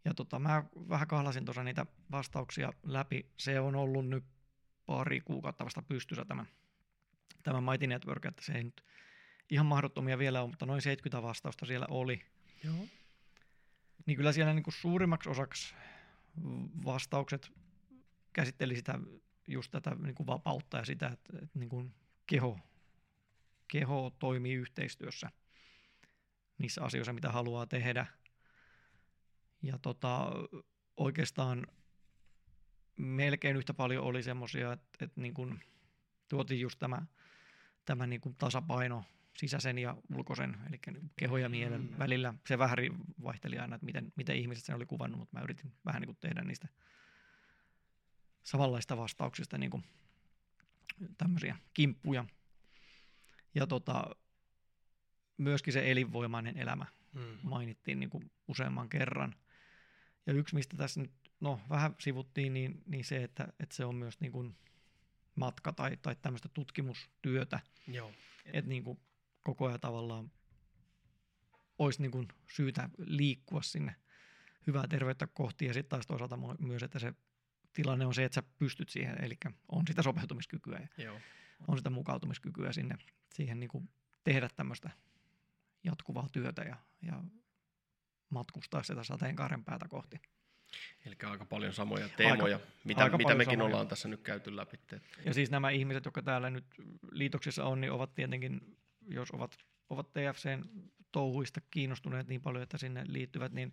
Ja mä vähän kahlasin tuossa niitä vastauksia läpi. Se on ollut nyt 2 kuukautta vasta pystyssä tämä Mighty Network, että se ei nyt ihan mahdottomia vielä ole, mutta noin 70 vastausta siellä oli. Joo. Niin kyllä siellä niin kuin suurimmaksi osaksi vastaukset käsitteli sitä, just tätä niin kuin vapautta ja sitä, että niin kuin keho toimii yhteistyössä niissä asioissa, mitä haluaa tehdä. Ja oikeastaan melkein yhtä paljon oli semmoisia, että niin kuin tuotiin just tämä niin kuin tasapaino sisäisen ja ulkoisen, eli kehon ja mielen välillä. Se vähän vaihteli aina, että miten ihmiset sen oli kuvannut, mutta mä yritin vähän niin kuin tehdä niistä samanlaista vastauksista niin kuin tämmöisiä kimppuja. Ja myöskin se elinvoimainen elämä mainittiin niin kuin useamman kerran. Ja yksi, mistä tässä nyt vähän sivuttiin, niin se, että se on myös niin kuin matka tai tämmöistä tutkimustyötä. Joo. Että niin kuin koko ajan tavallaan olisi niin kuin syytä liikkua sinne hyvää terveyttä kohti. Ja sitten taas toisaalta myös, että se tilanne on se, että sä pystyt siihen. Eli on sitä sopeutumiskykyä ja Joo. on sitä mukautumiskykyä siihen niin kuin tehdä tämmöistä jatkuvaa työtä ja matkustaa sitä sateenkaaren päätä kohti. Eli aika paljon samoja teemoja, mitä mekin ollaan tässä nyt käyty läpi. Ja siis nämä ihmiset, jotka täällä nyt liitoksissa on, niin ovat tietenkin, jos ovat TFCn touhuista kiinnostuneet niin paljon, että sinne liittyvät, niin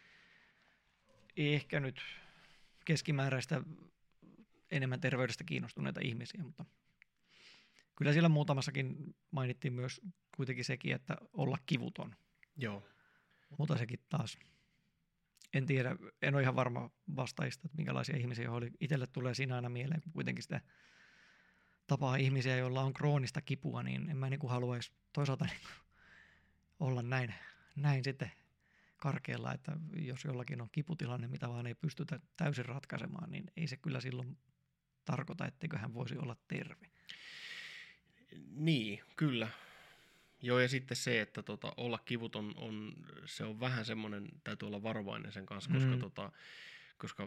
ehkä nyt keskimääräistä enemmän terveydestä kiinnostuneita ihmisiä, mutta kyllä siellä muutamassakin mainittiin myös kuitenkin sekin, että olla kivuton. Joo. Mutta sekin taas, en tiedä, en ole ihan varma vastaajista, että minkälaisia ihmisiä oli. Itselle tulee siinä aina mieleen, kun kuitenkin sitä tapaa ihmisiä, joilla on kroonista kipua, niin en mä niin kuin haluaisi toisaalta niin kuin olla näin sitten karkealla, että jos jollakin on kiputilanne, mitä vaan ei pystytä täysin ratkaisemaan, niin ei se kyllä silloin tarkoita, etteikö hän voisi olla terve. Niin, kyllä. Joo, ja sitten se, että olla kivuton se on vähän semmoinen, täytyy olla varovainen sen kanssa, koska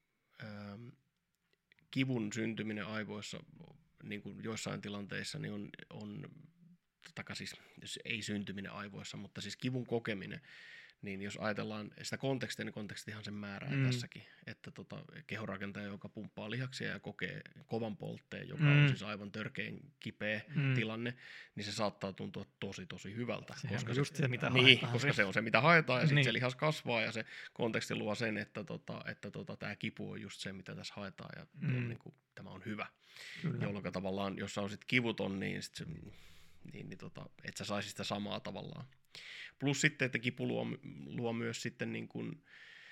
kivun syntyminen aivoissa niin kuin joissain tilanteissa niin siis ei syntyminen aivoissa, mutta siis kivun kokeminen, niin jos ajatellaan sitä kontekstia, niin kontekstihan sen määrää tässäkin, että kehorakentaja, joka pumppaa lihaksia ja kokee kovan poltteen, joka on siis aivan törkeän kipeä tilanne, niin se saattaa tuntua tosi hyvältä. Koska on just se, mitä haetaan. Koska se on se, mitä haetaan, ja sitten se lihas kasvaa, ja se konteksti luo sen, että tämä kipu on just se, mitä tässä haetaan, ja niin kuin, tämä on hyvä. Kyllä. Jolloin tavallaan, jos sä olisit kivuton, niin et sä saisi sitä samaa tavallaan. Plus sitten, että kipu luo myös sitten niin kuin,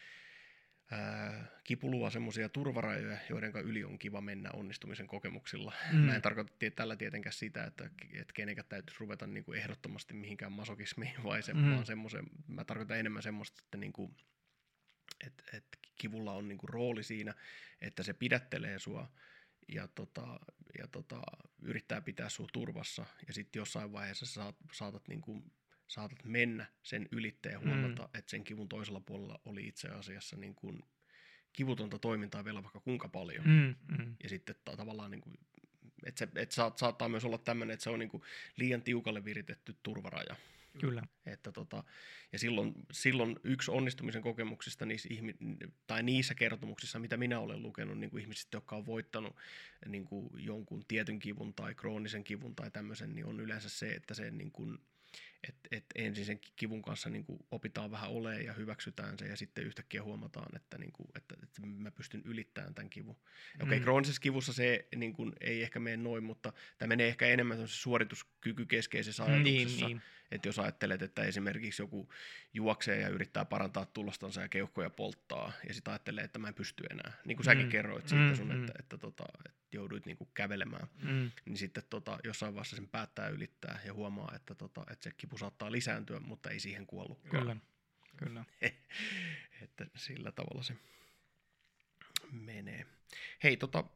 kipu luo semmoisia turvarajoja, joiden yli on kiva mennä onnistumisen kokemuksilla. Mä en tarkoita tällä tietenkään sitä, että kenenkään täytyisi ruveta niin kuin ehdottomasti mihinkään masokismiin, vaan semmoisen, mä tarkoitan enemmän semmoista, että niin kuin, että kivulla on niin kuin rooli siinä, että se pidättelee sua ja yrittää pitää sua turvassa, ja sitten jossain vaiheessa saatat mennä sen ylitteen ja huomata, että sen kivun toisella puolella oli itse asiassa niin kuin kivutonta toimintaa vielä vaikka kuinka paljon. Ja sitten tavallaan, niin kuin, että saattaa myös olla tämmöinen, että se on niin kuin liian tiukalle viritetty turvaraja. Kyllä. Että ja silloin yksi onnistumisen kokemuksista niissä kertomuksissa, mitä minä olen lukenut niin kuin ihmisistä, jotka on voittanut niin kuin jonkun tietyn kivun tai kroonisen kivun tai tämmöisen, niin on yleensä se, että se niin kuin että ensin sen kivun kanssa niin kuin opitaan vähän olemaan ja hyväksytään se, ja sitten yhtäkkiä huomataan, että mä pystyn ylittämään tämän kivun. Okei, kroonisessa kivussa se niin kuin ei ehkä mene noin, mutta tämä menee ehkä enemmän suorituskykykeskeisessä ajatuksessa. Niin. Että jos ajattelet, että esimerkiksi joku juoksee ja yrittää parantaa tulostansa ja keuhkoja polttaa, ja sitten ajattelee, että mä en pysty enää. Niin kuin säkin kerroit siitä sun, että jouduit niin kuin kävelemään. Niin sitten jossain vaiheessa sen päättää ylittää ja huomaa, että se kipu saattaa lisääntyä, mutta ei siihen kuollutkaan. Kyllä. Että sillä tavalla se menee. Hei,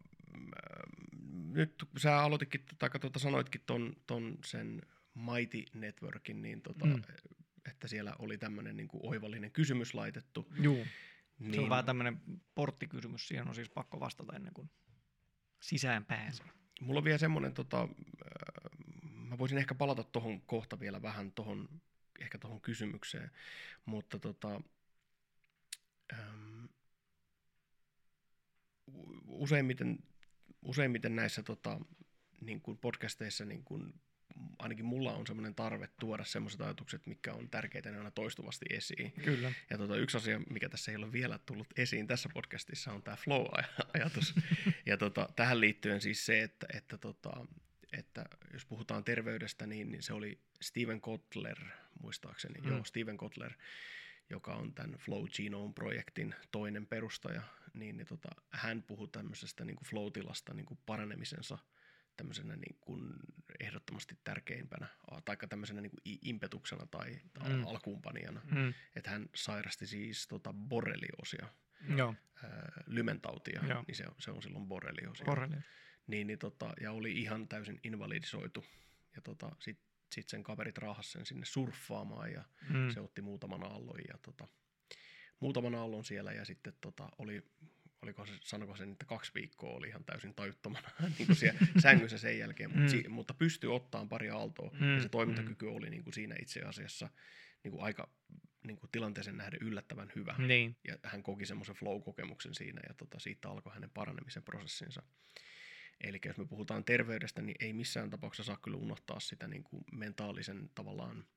nyt sä aloititkin, tai sanoitkin ton sen Mighty Networkin, niin että siellä oli tämmöinen niin kuin oivallinen kysymys laitettu. Juu. Niin. Se on vähän tämmöinen porttikysymys, siihen on siis pakko vastata ennen kuin sisään pääsee. Mulla on vielä semmoinen, mä voisin ehkä palata tuohon kohta vielä vähän ehkä tuohon kysymykseen, mutta useimmiten näissä niin kuin podcasteissa niin kuin, ainakin mulla on semmoinen tarve tuoda semmoiset ajatukset, mitkä on tärkeitä, ne aina toistuvasti esiin. Kyllä. Ja yksi asia, mikä tässä ei ole vielä tullut esiin tässä podcastissa, on tämä flow-ajatus. Ja tähän liittyen siis se, että jos puhutaan terveydestä, niin se oli Steven Kotler, muistaakseni. Joo, Steven Kotler, joka on tämän Flow Genome-projektin toinen perustaja, niin hän puhui tämmöisestä niin kuin flow-tilasta niin kuin paranemisen tämmöisenä niin kuin ehdottomasti tärkeimpänä, tai tämmöisenä niin kuin impetuksena tai alkuunpanijana. Että hän sairasti siis borrelioosia, lymentautia, niin se on silloin borrelioosia. Ja oli ihan täysin invalidisoitu. Ja sitten sen kaverit raahasi sen sinne surffaamaan, ja se otti muutaman aallon siellä, ja sitten sanoiko se, että 2 viikkoa oli ihan täysin tajuttomana niin kuin siellä sängyssä sen jälkeen, mutta pystyi ottamaan pari aaltoa, ja se toimintakyky oli niin kuin siinä itse asiassa niin kuin aika niin kuin tilanteeseen nähden yllättävän hyvä. Niin. Ja hän koki semmoisen flow-kokemuksen siinä, ja siitä alkoi hänen paranemisen prosessinsa. Eli jos me puhutaan terveydestä, niin ei missään tapauksessa saa kyllä unohtaa sitä niin kuin mentaalisen tavallaan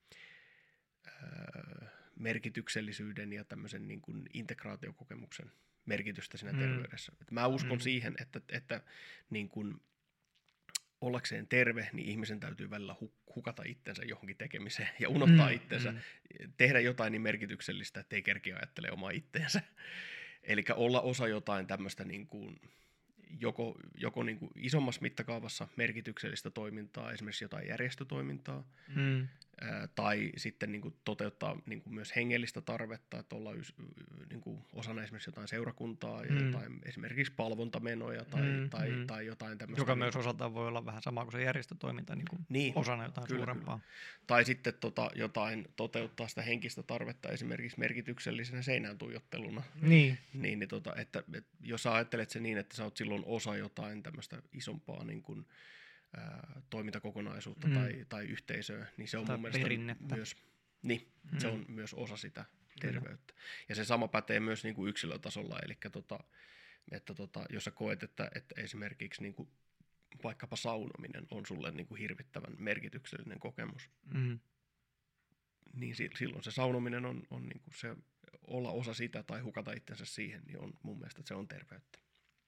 merkityksellisyyden ja tämmöisen niin kuin integraatiokokemuksen merkitystä siinä terveydessä. Et mä uskon siihen, että niin kun ollakseen terve, niin ihmisen täytyy välillä hukata itsensä johonkin tekemiseen ja unohtaa itsensä, tehdä jotain niin merkityksellistä, ettei kerkeä ajattele omaa itteensä. Eli olla osa jotain tämmöistä niin kuin joko niin kuin isommassa mittakaavassa merkityksellistä toimintaa, esimerkiksi jotain järjestötoimintaa, tai sitten niin kuin toteuttaa niin kuin myös hengellistä tarvetta, että olla niin kuin osana esimerkiksi jotain seurakuntaa ja jotain esimerkiksi palvontamenoja tai jotain tämmöistä. Joka myös osaltaan voi olla vähän sama kuin se järjestötoiminta niin osana jotain suurempaa. Tai sitten jotain toteuttaa sitä henkistä tarvetta esimerkiksi merkityksellisenä seinään tuijotteluna. Että jos sä ajattelet se niin, että sä oot silloin osa jotain tämmöistä isompaa niin kuin toimintakokonaisuutta tai yhteisöä, niin se on mun mielestä myös, se on myös osa sitä terveyttä. Ja se sama pätee myös niin kuin yksilötasolla, eli että jos sä koet, että esimerkiksi niin kuin vaikkapa saunominen on sulle niin kuin hirvittävän merkityksellinen kokemus, niin silloin se saunominen on niin kuin se olla osa sitä tai hukata itsensä siihen, niin on mun mielestä, että se on terveyttä.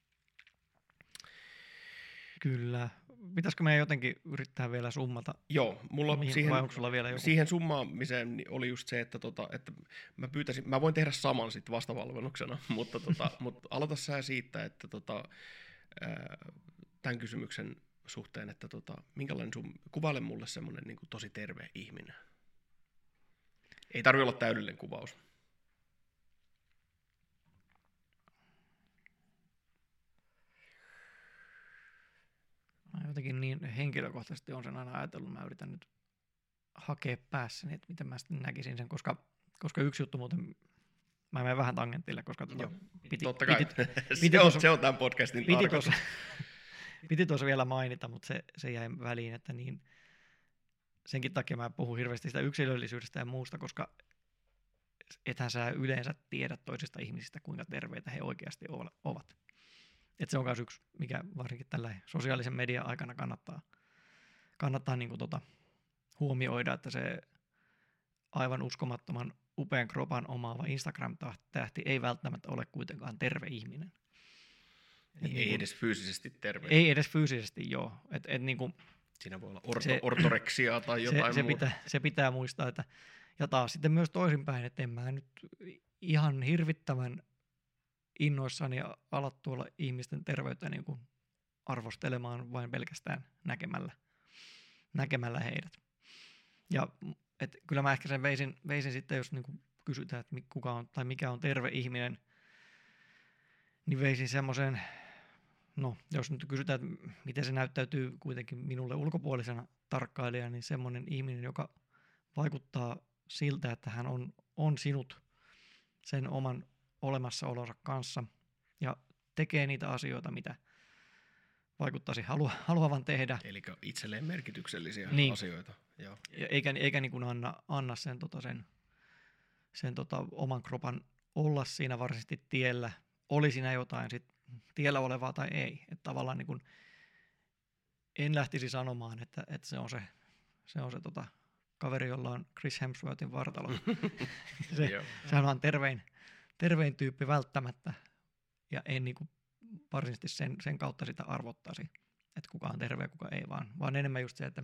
Kyllä. Pitäisikö meidän jotenkin yrittää vielä summata? Joo, mulla vielä siihen summaamiseen oli just se, että mä voin tehdä saman sitten vastavalmennuksena, mutta aloita sä siitä, että tämän kysymyksen suhteen, että minkälainen kuvaile mulle semmoinen niin kuin tosi terve ihminen. Ei tarvitse olla täydellinen kuvaus. Mä jotenkin niin henkilökohtaisesti on sen aina ajatellut, mä yritän nyt hakea päässäni, että miten mä sitten näkisin sen, koska yksi juttu muuten, mä menen vähän tangentille, koska totta kai. Se on tämän podcastin piti tuossa vielä mainita, mutta se jäi väliin, että niin senkin takia mä puhun hirveästi sitä yksilöllisyydestä ja muusta, koska ethän sä yleensä tiedä toisista ihmisistä, kuinka terveitä he oikeasti ovat. Että se on myös yksi, mikä varsinkin tällä sosiaalisen median aikana kannattaa niin kuin huomioida, että se aivan uskomattoman upean kropan omaava Instagram-tähti ei välttämättä ole kuitenkaan terve ihminen. Ei edes fyysisesti terve. Ei edes fyysisesti, joo. Niin kuin siinä voi olla ortoreksiaa tai jotain muuta. Se pitää muistaa, että ja taas sitten myös toisinpäin, että en mä nyt ihan hirvittävän innoissani ala tuolla ihmisten terveyttä niin kuin arvostelemaan vain pelkästään näkemällä heidät. Ja kyllä mä ehkä sen veisin sitten, jos niin kuin kysytään, että kuka on tai mikä on terve ihminen, niin veisin semmoisen, no jos nyt kysytään, että miten se näyttäytyy kuitenkin minulle ulkopuolisena tarkkailijana, niin semmoinen ihminen, joka vaikuttaa siltä, että hän on sinut sen oman olemassaolonsa kanssa ja tekee niitä asioita, mitä vaikuttaisi haluavan tehdä. Eli itselleen merkityksellisiä Niin. asioita. Joo. Eikä niin kuin anna sen oman kropan olla siinä varsinaisesti tiellä, oli siinä jotain sit tiellä olevaa tai ei. Että tavallaan niin kuin en lähtisi sanomaan, että se on se kaveri, jolla on Chris Hemsworthin vartalo. Sehän on tervein tyyppi välttämättä, ja en niin kuin varsinaisesti sen kautta sitä arvottaisi, että kuka on terve ja kuka ei, vaan enemmän just se, että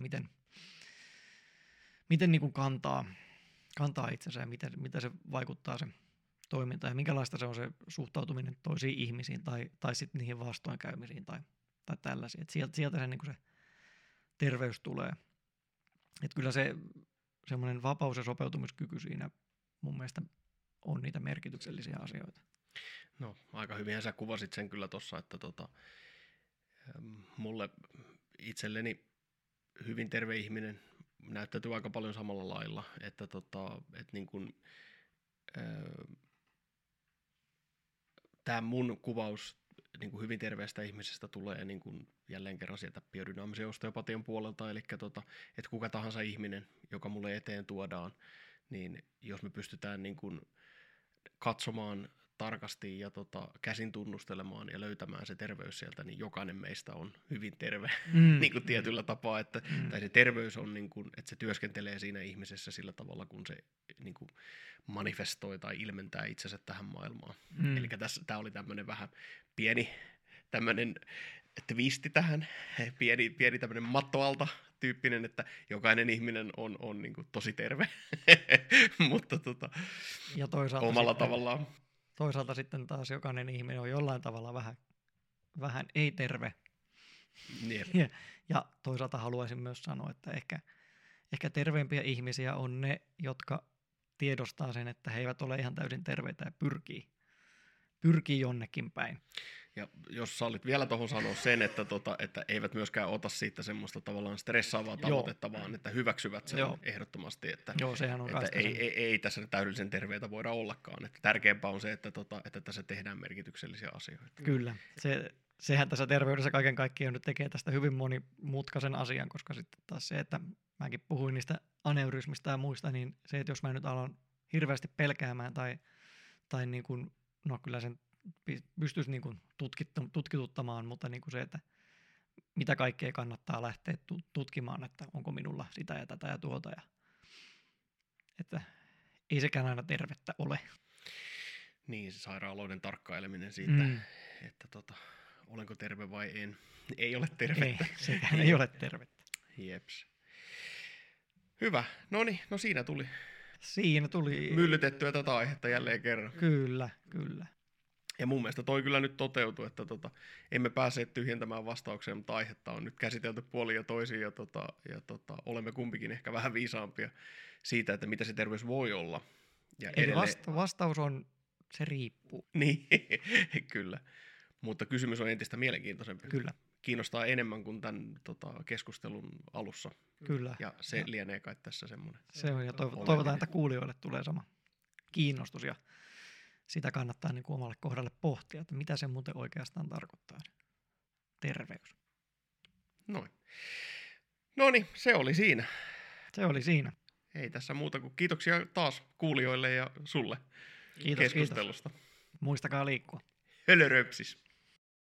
miten niin kuin kantaa itsensä ja miten se vaikuttaa se toiminta ja minkälaista se on se suhtautuminen toisiin ihmisiin tai sitten niihin vastoinkäymisiin tai tällaisiin. Et sieltä se, niin kuin se terveys tulee. Et kyllä se semmoinen vapaus ja sopeutumiskyky siinä mun mielestä on niitä merkityksellisiä asioita. No, aika hyvinhän sä kuvasit sen kyllä tuossa, että mulle itselleni hyvin terve ihminen näyttäytyy aika paljon samalla lailla, että niin kun, tämä mun kuvaus niin kuin hyvin terveestä ihmisestä tulee niin kuin jälleen kerran sieltä biodynaamisen osteopatian puolelta, eli että kuka tahansa ihminen, joka mulle eteen tuodaan, niin jos me pystytään niin kuin katsomaan tarkasti ja käsin tunnustelemaan ja löytämään se terveys sieltä, niin jokainen meistä on hyvin terve niin kuin tietyllä tapaa, että tai se terveys on niin kuin, että se työskentelee siinä ihmisessä sillä tavalla, kun se niin kuin manifestoi tai ilmentää itsensä tähän maailmaan. Eli tämä oli tämmöinen vähän pieni tämmöinen twisti tähän, pieni tämmöinen mattoalta tyyppinen, että jokainen ihminen on niin kuin tosi terve, mutta ja omalla tavallaan. Toisaalta sitten taas jokainen ihminen on jollain tavalla vähän ei-terve. Ja toisaalta haluaisin myös sanoa, että ehkä terveempiä ihmisiä on ne, jotka tiedostaa sen, että he eivät ole ihan täysin terveitä ja pyrkii jonnekin päin. Ja jos sallit vielä tuohon sanoa sen, että eivät myöskään ota siitä semmoista tavallaan stressaavaa tavoitetta, vaan että hyväksyvät sen ehdottomasti, että, sehän on että ei tässä täydellisen terveitä voida ollakaan. Että tärkeämpää on se, että tässä tehdään merkityksellisiä asioita. Kyllä, sehän tässä terveydessä kaiken kaikkiaan nyt tekee tästä hyvin monimutkaisen asian, koska sitten taas se, että mäkin puhuin niistä aneurysmista ja muista, niin se, että jos mä nyt alan hirveästi pelkäämään tai niin kuin, no kyllä sen pystyisi niin kuin tutkituttamaan, mutta niin kuin se, että mitä kaikkea kannattaa lähteä tutkimaan, että onko minulla sitä ja tätä ja tuota. Että ei sekään aina tervettä ole. Niin, se sairaaloiden tarkkaileminen siitä, että olenko terve vai en. Ei ole tervettä. Ei, sekään ei ole tervettä. Jeps. Hyvä. Noniin, no siinä tuli myllytettyä tätä aihetta jälleen kerran. Kyllä. Ja mun mielestä toi kyllä nyt toteutui, että emme päässeet tyhjentämään vastaukseen, mutta aihetta on nyt käsitelty puolin ja toisin ja olemme kumpikin ehkä vähän viisaampia siitä, että mitä se terveys voi olla. Ja eli vastaus on, se riippuu. Niin, kyllä. Mutta kysymys on entistä mielenkiintoisempi. Kyllä. Kiinnostaa enemmän kuin tämän keskustelun alussa. Kyllä. Ja se lienee kai tässä semmoinen. Se on, ja toivotaan, että kuulijoille tulee sama kiinnostus ja sitä kannattaa niin kuin omalle kohdalle pohtia, että mitä se muuten oikeastaan tarkoittaa, terveys. Noin. Noniin, se oli siinä. Ei tässä muuta kuin kiitoksia taas kuulijoille ja sulle Kiitos, keskustelusta. Kiitos. Muistakaa liikkua. Hölöröpsis.